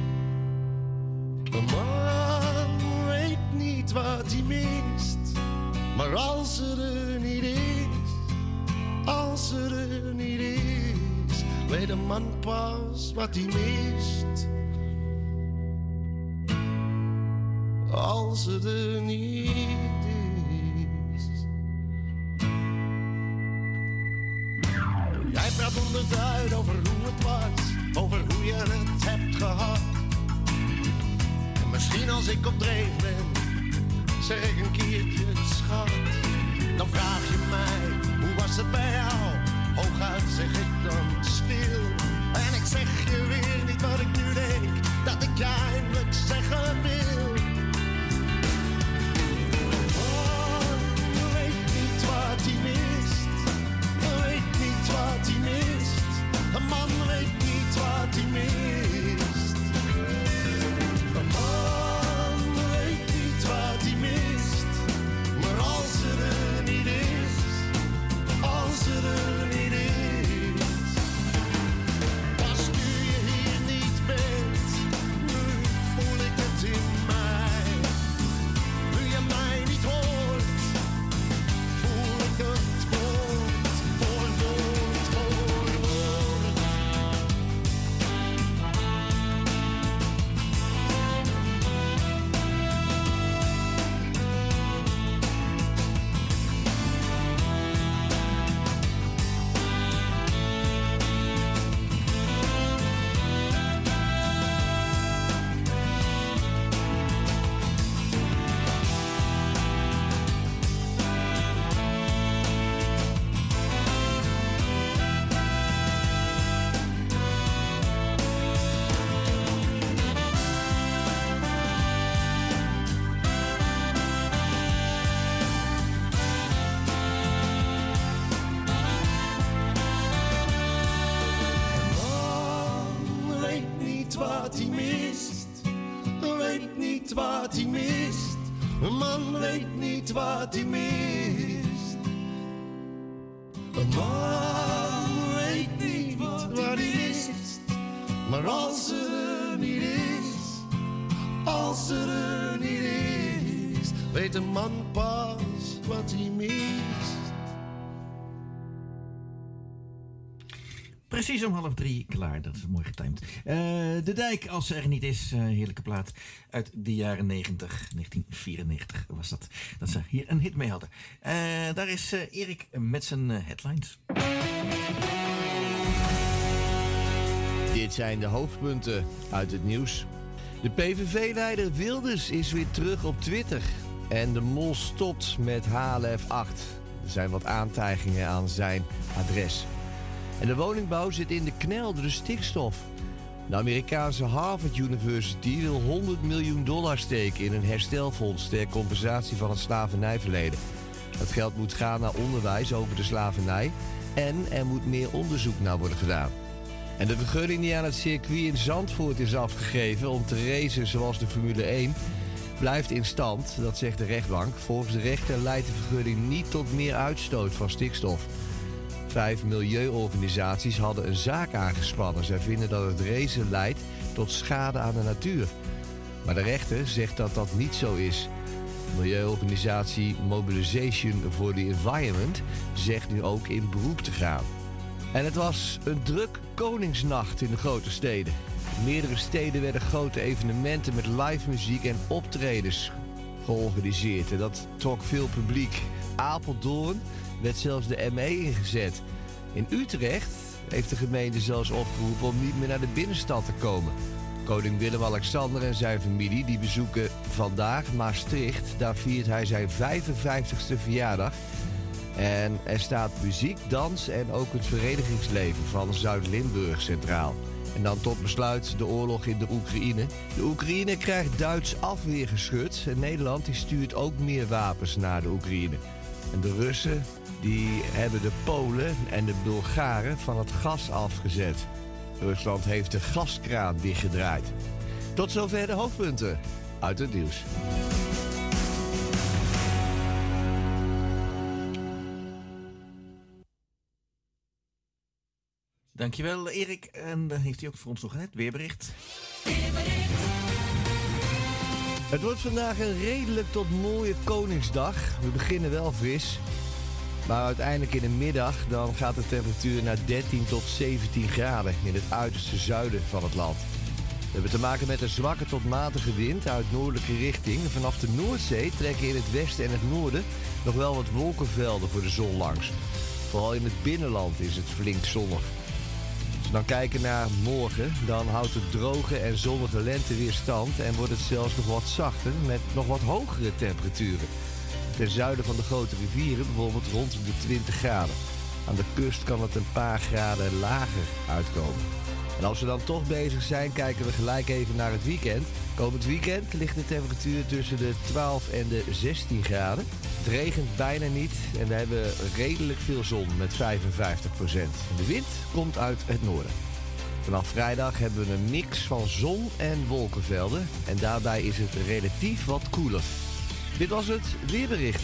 Een man weet niet wat hij mist. Maar als ze er niet is, als ze er niet is, weet een man pas wat hij mist. als ze er niet is. Jij praat onderduid over hoe het was, over hoe je het hebt gehad. En misschien als ik op dreef ben, zeg ik een keertje schat. Dan vraag je mij, hoe was het bij jou? Hooguit zeg ik dan stil. En ik zeg je weer niet wat ik nu denk, dat ik je eindelijk zeggen wil. Oh, weet niet wat hij mist. Weet niet wat hij mist. Een man weet niet wat hij mist. Een man weet niet wat hij mist. Maar als er er niet is, als er er niet is, als nu je hier niet bent, nu voel ik het in mij. Nu je mij niet hoort, voel ik het woord voor woord voor woord. Man weet niet wat hij mist, weet niet wat hij mist. Een man weet niet wat hij mist. Een man weet niet wat hij mist. Maar als er er niet is, als er er niet is, weet een man pas wat hij mist. Precies om half drie klaar, dat is mooi getimed. Uh, de Dijk, als ze er niet is, uh, heerlijke plaat uit de jaren negentig, negentien vierennegentig was dat, dat ze hier een hit mee hadden. Uh, daar is uh, Erik met zijn uh, headlines. Dit zijn de hoofdpunten uit het nieuws. De P V V-leider Wilders is weer terug op Twitter. En de mol stopt met H L F acht. Er zijn wat aantijgingen aan zijn adres. En de woningbouw zit in de knel door de stikstof. De Amerikaanse Harvard University wil honderd miljoen dollar steken in een herstelfonds ter compensatie van het slavernijverleden. Dat geld moet gaan naar onderwijs over de slavernij en er moet meer onderzoek naar worden gedaan. En de vergunning die aan het circuit in Zandvoort is afgegeven om te racen zoals de Formule één blijft in stand, dat zegt de rechtbank. Volgens de rechter leidt de vergunning niet tot meer uitstoot van stikstof. Vijf milieuorganisaties hadden een zaak aangespannen. Zij vinden dat het racen leidt tot schade aan de natuur. Maar de rechter zegt dat dat niet zo is. De milieuorganisatie Mobilization for the Environment zegt nu ook in beroep te gaan. En het was een druk Koningsnacht in de grote steden. In meerdere steden werden grote evenementen met live muziek en optredens georganiseerd. En dat trok veel publiek. Apeldoorn werd zelfs de M E ingezet. In Utrecht heeft de gemeente zelfs opgeroepen om niet meer naar de binnenstad te komen. Koning Willem-Alexander en zijn familie die bezoeken vandaag Maastricht. Daar viert hij zijn vijfenvijftigste verjaardag. En er staat muziek, dans en ook het verenigingsleven van Zuid-Limburg centraal. En dan tot besluit de oorlog in de Oekraïne. De Oekraïne krijgt Duits afweergeschut en Nederland die stuurt ook meer wapens naar de Oekraïne. En de Russen die hebben de Polen en de Bulgaren van het gas afgezet. Rusland heeft de gaskraan dichtgedraaid. Tot zover de hoofdpunten uit het nieuws. Dankjewel Erik. En dan heeft hij ook voor ons nog het weerbericht. Het wordt vandaag een redelijk tot mooie Koningsdag. We beginnen wel fris. Maar uiteindelijk in de middag dan gaat de temperatuur naar dertien tot zeventien graden in het uiterste zuiden van het land. We hebben te maken met een zwakke tot matige wind uit noordelijke richting. Vanaf de Noordzee trekken in het westen en het noorden nog wel wat wolkenvelden voor de zon langs. Vooral in het binnenland is het flink zonnig. Als we dan kijken naar morgen, dan houdt het droge en zonnige lente weer stand en wordt het zelfs nog wat zachter met nog wat hogere temperaturen. Ten zuiden van de grote rivieren bijvoorbeeld rond de twintig graden. Aan de kust kan het een paar graden lager uitkomen. En als we dan toch bezig zijn, kijken we gelijk even naar het weekend. Komend weekend ligt de temperatuur tussen de twaalf en de zestien graden. Het regent bijna niet en we hebben redelijk veel zon met vijfenvijftig procent. De wind komt uit het noorden. Vanaf vrijdag hebben we een mix van zon en wolkenvelden. En daarbij is het relatief wat koeler. Dit was het weerbericht.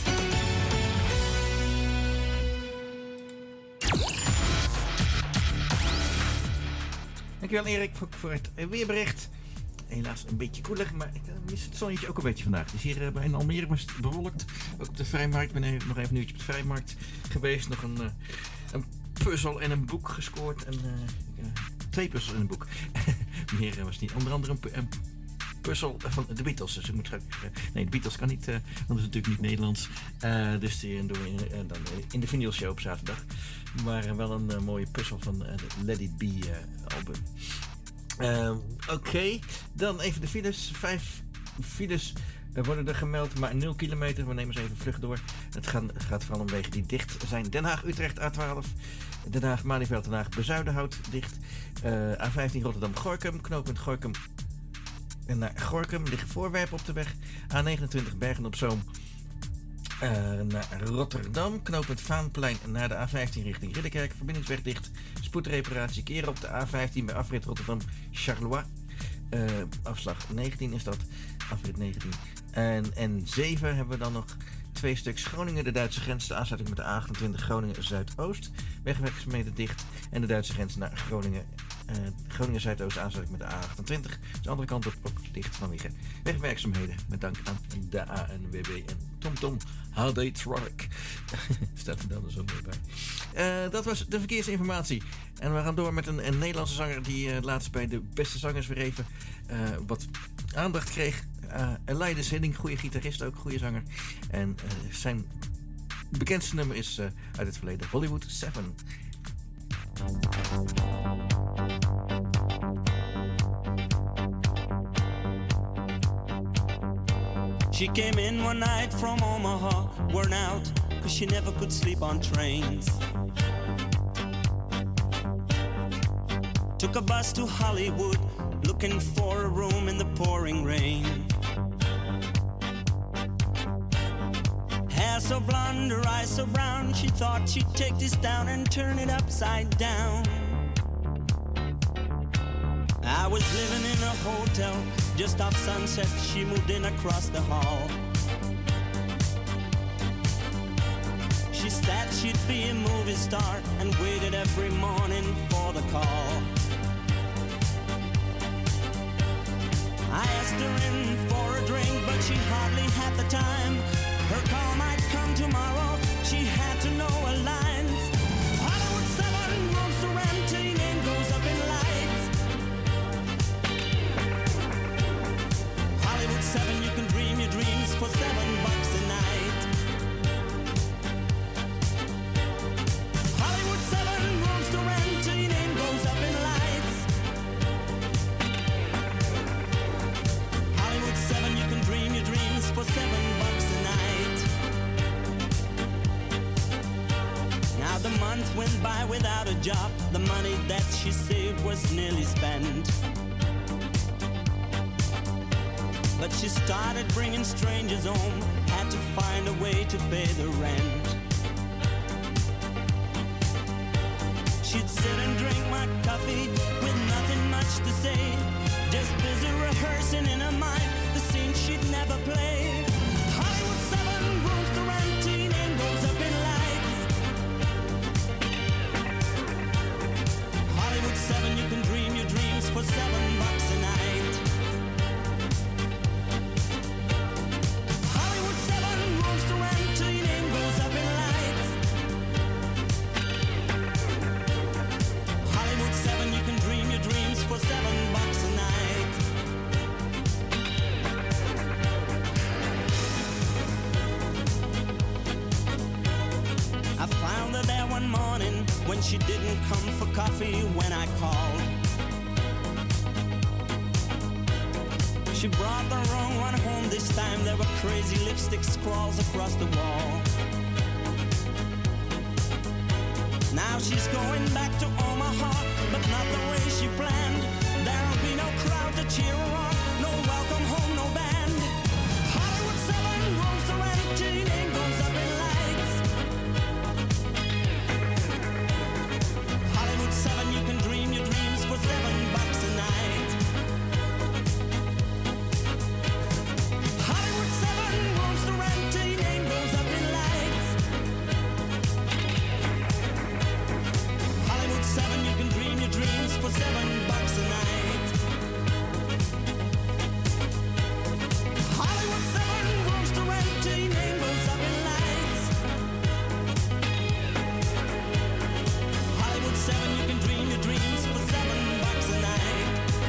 Dankjewel Erik voor, voor het weerbericht. Helaas een beetje koeler, maar ik mis het zonnetje ook een beetje vandaag. Het is hier bij in Almere was het bewolkt. Ook op de Vrijmarkt. Ik ben even, nog even een uurtje op de Vrijmarkt geweest. Nog een, uh, een puzzel en een boek gescoord. En, uh, uh, twee puzzels en een boek. Meer uh, was niet. Onder andere een, pu- een puzzel van de Beatles. Dus ik moet, uh, nee, de Beatles kan niet, uh, want dat is natuurlijk niet Nederlands. Uh, dus die doen we in, uh, dan in de Vinyl Show op zaterdag. Maar uh, wel een uh, mooie puzzel van uh, de Let It Be uh, album. Uh, Oké, okay. Dan even de files. Vijf files uh, worden er gemeld, maar nul kilometer. We nemen eens even vlug door. Het gaat, het gaat vooral om wegen die dicht zijn. Den Haag-Utrecht A twaalf. Den Haag-Malieveld, Den Haag-Bezuidenhout dicht. Uh, A vijftien Rotterdam-Gorinchem. Knooppunt Gorinchem. En naar Gorinchem liggen voorwerpen op de weg. A negenentwintig Bergen-op-Zoom. Uh, naar Rotterdam, knooppunt Vaanplein naar de A vijftien richting Ridderkerk. Verbindingsweg dicht, spoedreparatie keren op de A vijftien bij afrit Rotterdam-Charleroi. Uh, afslag negentien is dat, afrit negentien. En N zeven hebben we dan nog twee stuks Groningen, de Duitse grens, de aansluiting met de A achtentwintig Groningen-Zuidoost. Wegwerkzaamheden dicht en de Duitse grens naar Groningen. Uh, Groningen-Zuidoost aansluiting met de A achtentwintig. Dus de andere kant op ook dicht vanwege wegwerkzaamheden. Met dank aan de A N W B en TomTom H D Truck. Staat er dan er zo mooi bij. Uh, dat was de verkeersinformatie. En we gaan door met een, een Nederlandse zanger die uh, laatst bij de beste zangers weer even uh, wat aandacht kreeg. Uh, Elias Hiddink, goede gitarist ook, goede zanger. En uh, zijn bekendste nummer is uh, uit het verleden Hollywood Seven. She came in one night from Omaha, worn out, cause she never could sleep on trains. Took a bus to Hollywood, looking for a room in the pouring rain. Hair so blonde, her eyes so brown, she thought she'd take this down and turn it upside down. I was living in a hotel just off Sunset. She moved in across the hall. She said she'd be a movie star and waited every morning for the call. I asked her in for a drink, but she hardly had the time. Her call might come tomorrow. She had to know her lines. Hollywood seven rooms to rent till your name goes up in lights. Hollywood seven, you can dream your dreams for seven bucks a night. Hollywood seven rooms to rent till your name goes up in lights. Hollywood seven, you can dream your dreams for seven bucks a night. Now the month went by without a job. The money that she saved was nearly spent. But she started bringing strangers home, had to find a way to pay the rent. She'd sit and drink my coffee with nothing much to say, just busy rehearsing in her mind the scene she'd never play. Hollywood seven rooms to rent, teen and goes up in lights. Hollywood seven, you can dream your dreams for seven bucks a night. Hollywood seven rooms to rent, till your name goes up in lights. Hollywood seven, you can dream your dreams for seven bucks a night. she didn't come for coffee when I called. She brought the wrong one home this time. There were crazy lipstick scrawls across the wall. Now she's going back to Omaha, but not the way she planned. There'll be no crowd to cheer her on, no welcome home, no band. Hollywood seven rolls around, teen name goes up in lights. Hollywood seven, you can dream your dreams for seven bucks a night. Hollywood seven rolls around, teen name goes up in lights. Hollywood seven, you can dream your dreams for seven bucks a night. Hollywood seven rolls around, teen name goes up in lights. Hollywood seven, you can dream your dreams for seven bucks a night.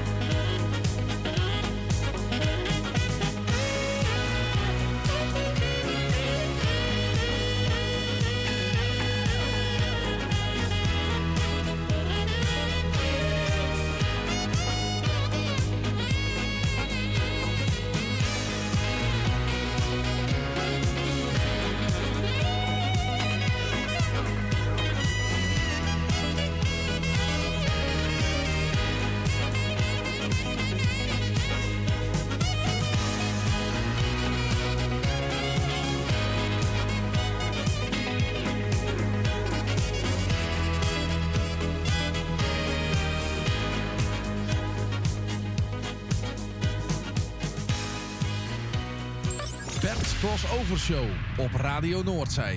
Bert's Crossover Show op Radio Noordzij.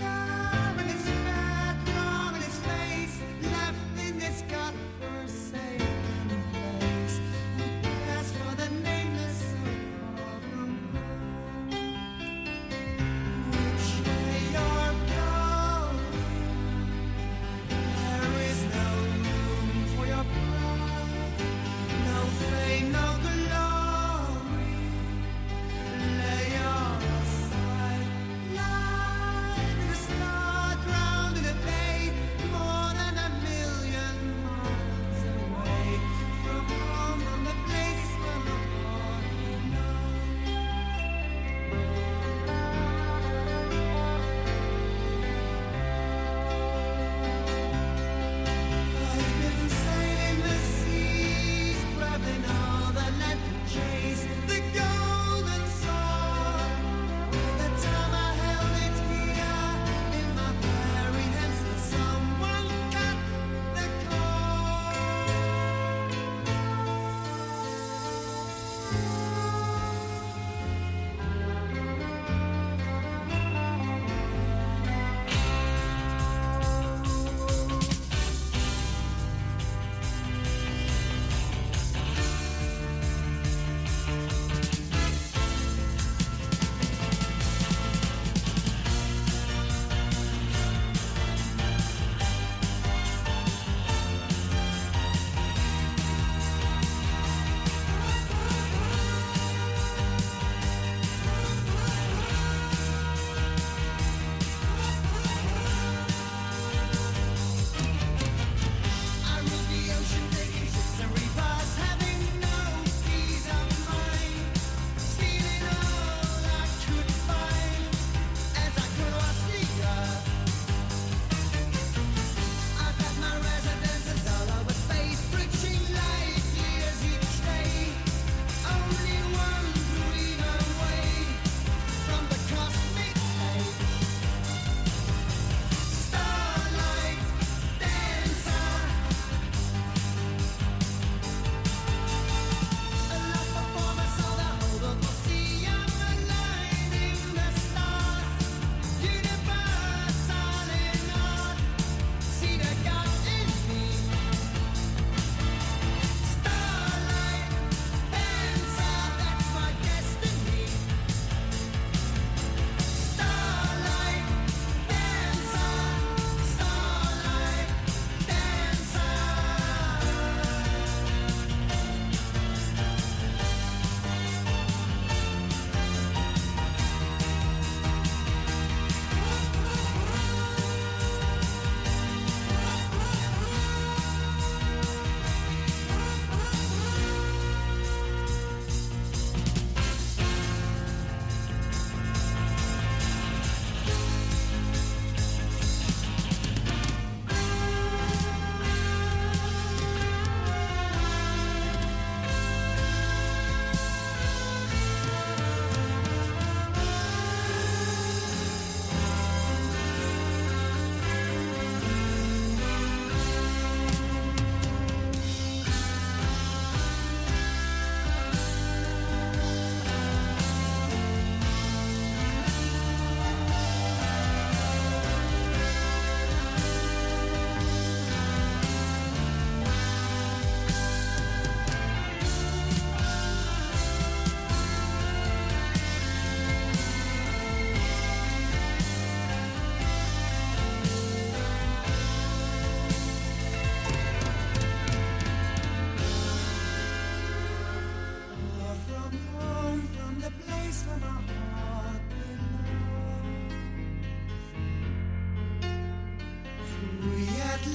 Left in this godforsaken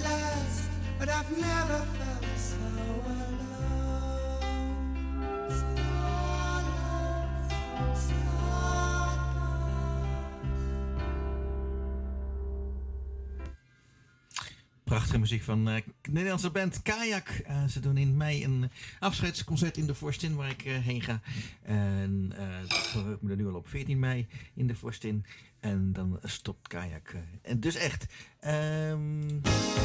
last, but I've never felt so alone. Stardust, Prachtige muziek van uh, de Nederlandse band Kajak. Uh, ze doen in mei een afscheidsconcert in de Vorstin waar ik uh, heen ga. En uh, verheug me er nu al op veertien mei in de Vorstin. En dan stopt Kajak. Uh, en dus echt. Um,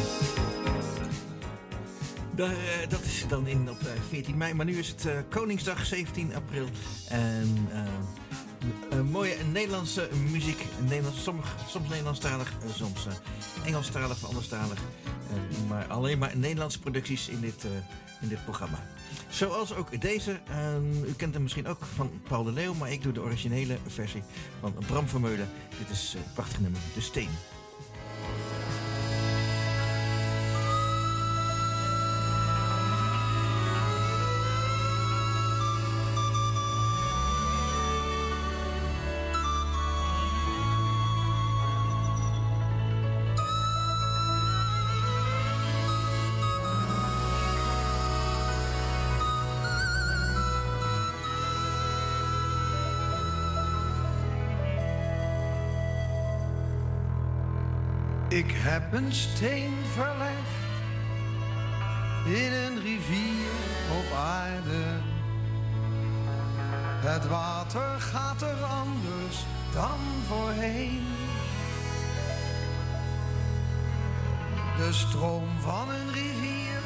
daar, uh, dat is dan in op uh, veertien mei. Maar nu is het uh, Koningsdag zeventien april. En uh, uh, mooie Nederlandse muziek. Nederlands, soms, soms Nederlandstalig, uh, soms uh, Engelstalig of anderstalig. Uh, maar alleen maar Nederlandse producties in dit, uh, in dit programma. Zoals ook deze. Uh, u kent hem misschien ook van Paul de Leeuw. Maar ik doe de originele versie van Bram Vermeulen. Dit is uh, een prachtig nummer. De Steen. Ik heb een steen verlegd in een rivier op aarde. Het water gaat er anders dan voorheen. De stroom van een rivier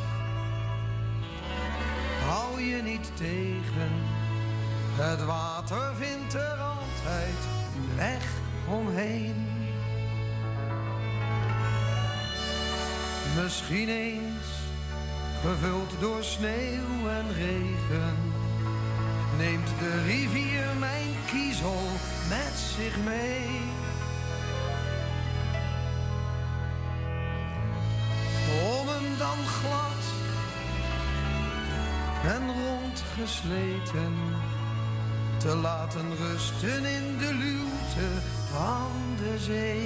hou je niet tegen. Het water vindt er altijd een weg omheen. Misschien eens gevuld door sneeuw en regen, neemt de rivier mijn kiezel met zich mee. Om hem dan glad en rond gesleten te laten rusten in de luwte van de zee.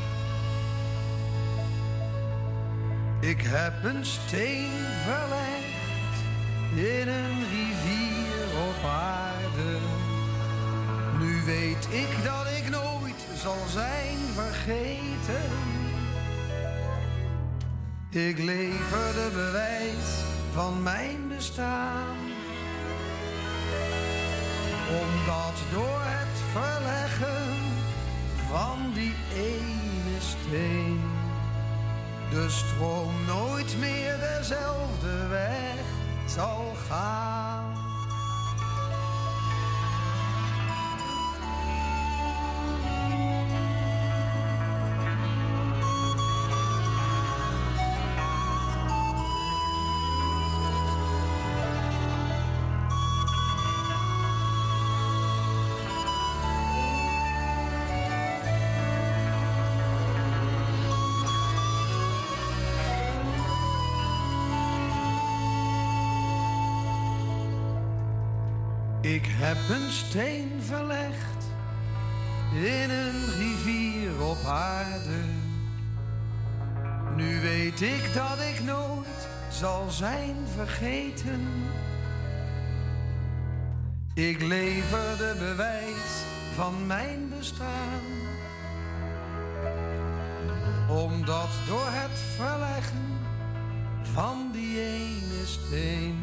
Ik heb een steen verlegd in een rivier op aarde. Nu weet ik dat ik nooit zal zijn vergeten. Ik lever de bewijs van mijn bestaan. Omdat door het verleggen van die ene steen de stroom nooit meer dezelfde weg zal gaan. Ik heb een steen verlegd in een rivier op aarde. Nu weet ik dat ik nooit zal zijn vergeten. Ik lever de bewijs van mijn bestaan. Omdat door het verleggen van die ene steen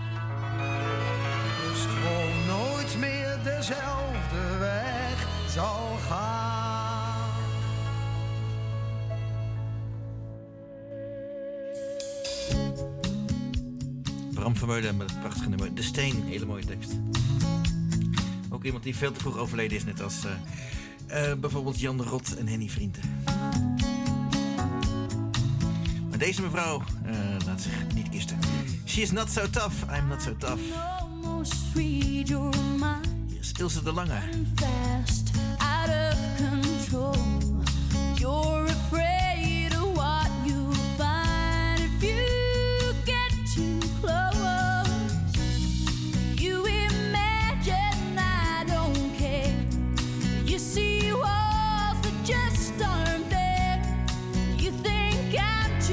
de stroom nooit meer dezelfde weg zal gaan. Bram Vermeulen met het prachtige nummer De Steen. Hele mooie tekst. Ook iemand die veel te vroeg overleden is, net als uh, uh, bijvoorbeeld Jan de Rot en Henny Vrienden. Maar deze mevrouw uh, laat zich niet kisten. She is not so tough, I'm not so tough. Hier is Ilse de Lange. Fast, out of control. You're afraid of what you find if you get too close. You imagine I don't care. You see walls that just aren't there. You think I'm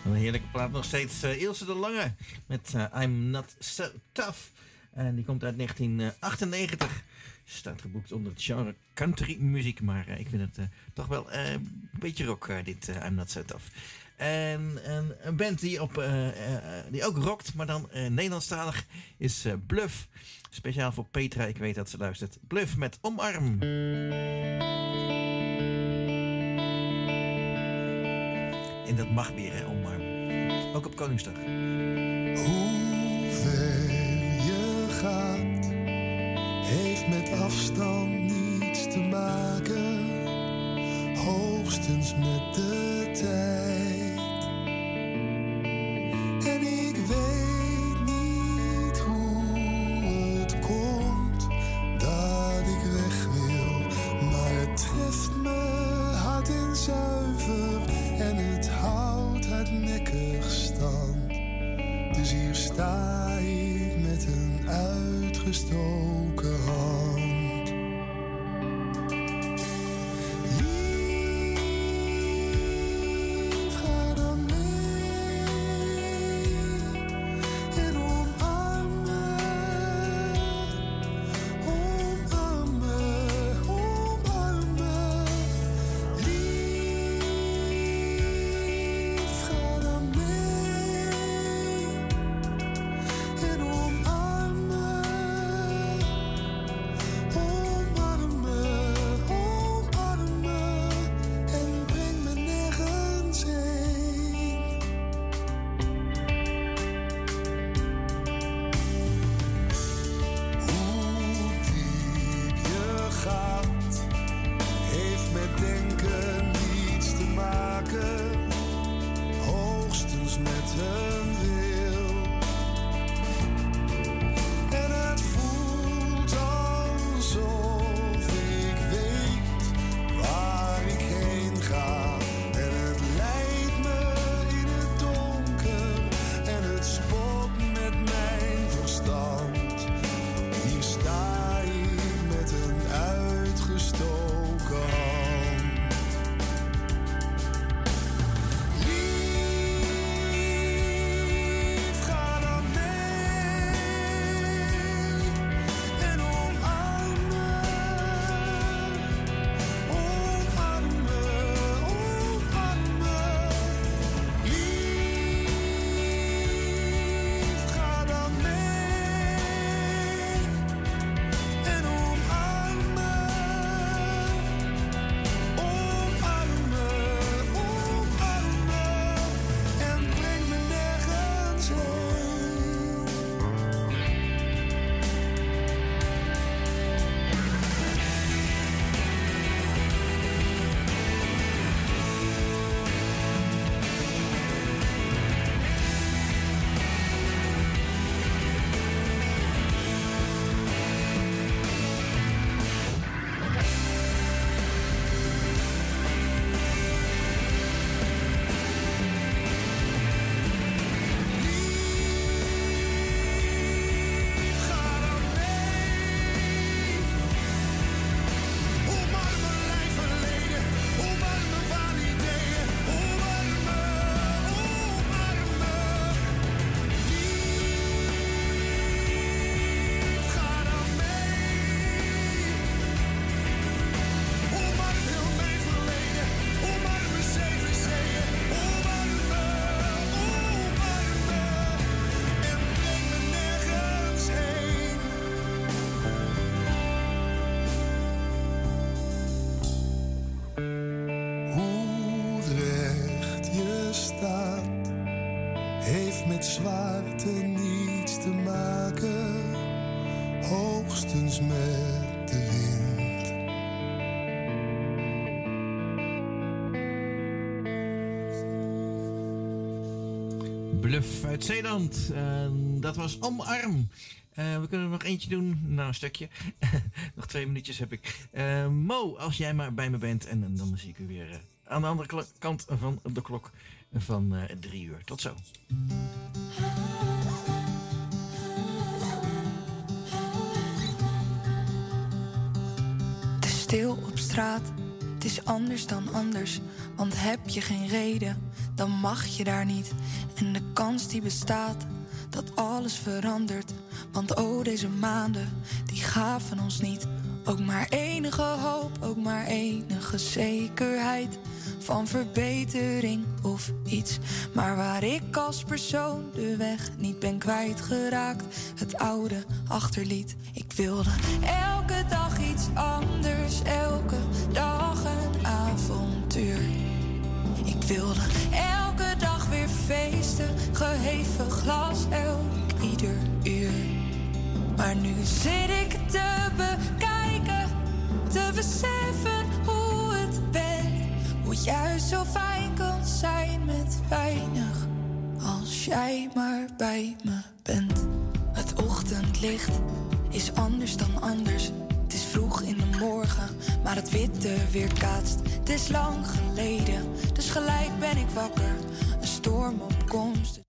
Een heerlijke plaat nog steeds. Uh, Ilse de Lange met uh, I'm Not So Tough. En die komt uit negentien achtennegentig. Staat geboekt onder het genre country muziek. Maar uh, ik vind het uh, toch wel uh, een beetje rock, uh, dit uh, I'm Not So Tough. En, en een band die, op, uh, uh, die ook rockt, maar dan uh, Nederlandstalig, is uh, Bluff. Speciaal voor Petra, ik weet dat ze luistert. Bluff met Omarm. En dat mag weer, hè, Omarm. Ook op Koningsdag. Hoe ver je gaat, heeft met afstand niets te maken. Hoogstens met de tijd. En ik weet niet hoe het komt dat ik weg wil. Maar het treft me hard en zuiver. En het houdt hardnekkig stand. Dus hier sta ik met een uitgestoken hand. met zwaarte niets te maken, hoogstens met de wind. Bluff uit Zeeland, uh, dat was Omarm. Uh, we kunnen er nog eentje doen, nou een stukje. Nog twee minuutjes heb ik. Uh, Mo, als jij maar bij me bent. En, en dan zie ik u weer uh, aan de andere kl- kant van de klok van uh, drie uur. Tot zo. Te stil op straat, het is anders dan anders. Want heb je geen reden, dan mag je daar niet. En de kans die bestaat, dat alles verandert. Want oh, deze maanden, die gaven ons niet ook maar enige hoop, ook maar enige zekerheid van verbetering of iets. Maar waar ik als persoon de weg niet ben kwijtgeraakt, het oude achterliet. Ik wilde elke dag iets anders, elke dag een avontuur. Ik wilde elke dag weer feesten, geheven glas elk ieder uur. Maar nu zit ik te bekijken, te beseffen hoe het bent. Hoe het juist zo fijn kan zijn met weinig, als jij maar bij me bent. Het ochtendlicht is anders dan anders. Het is vroeg in de morgen, maar het witte weerkaatst. Het is lang geleden, dus gelijk ben ik wakker. Een storm op komst.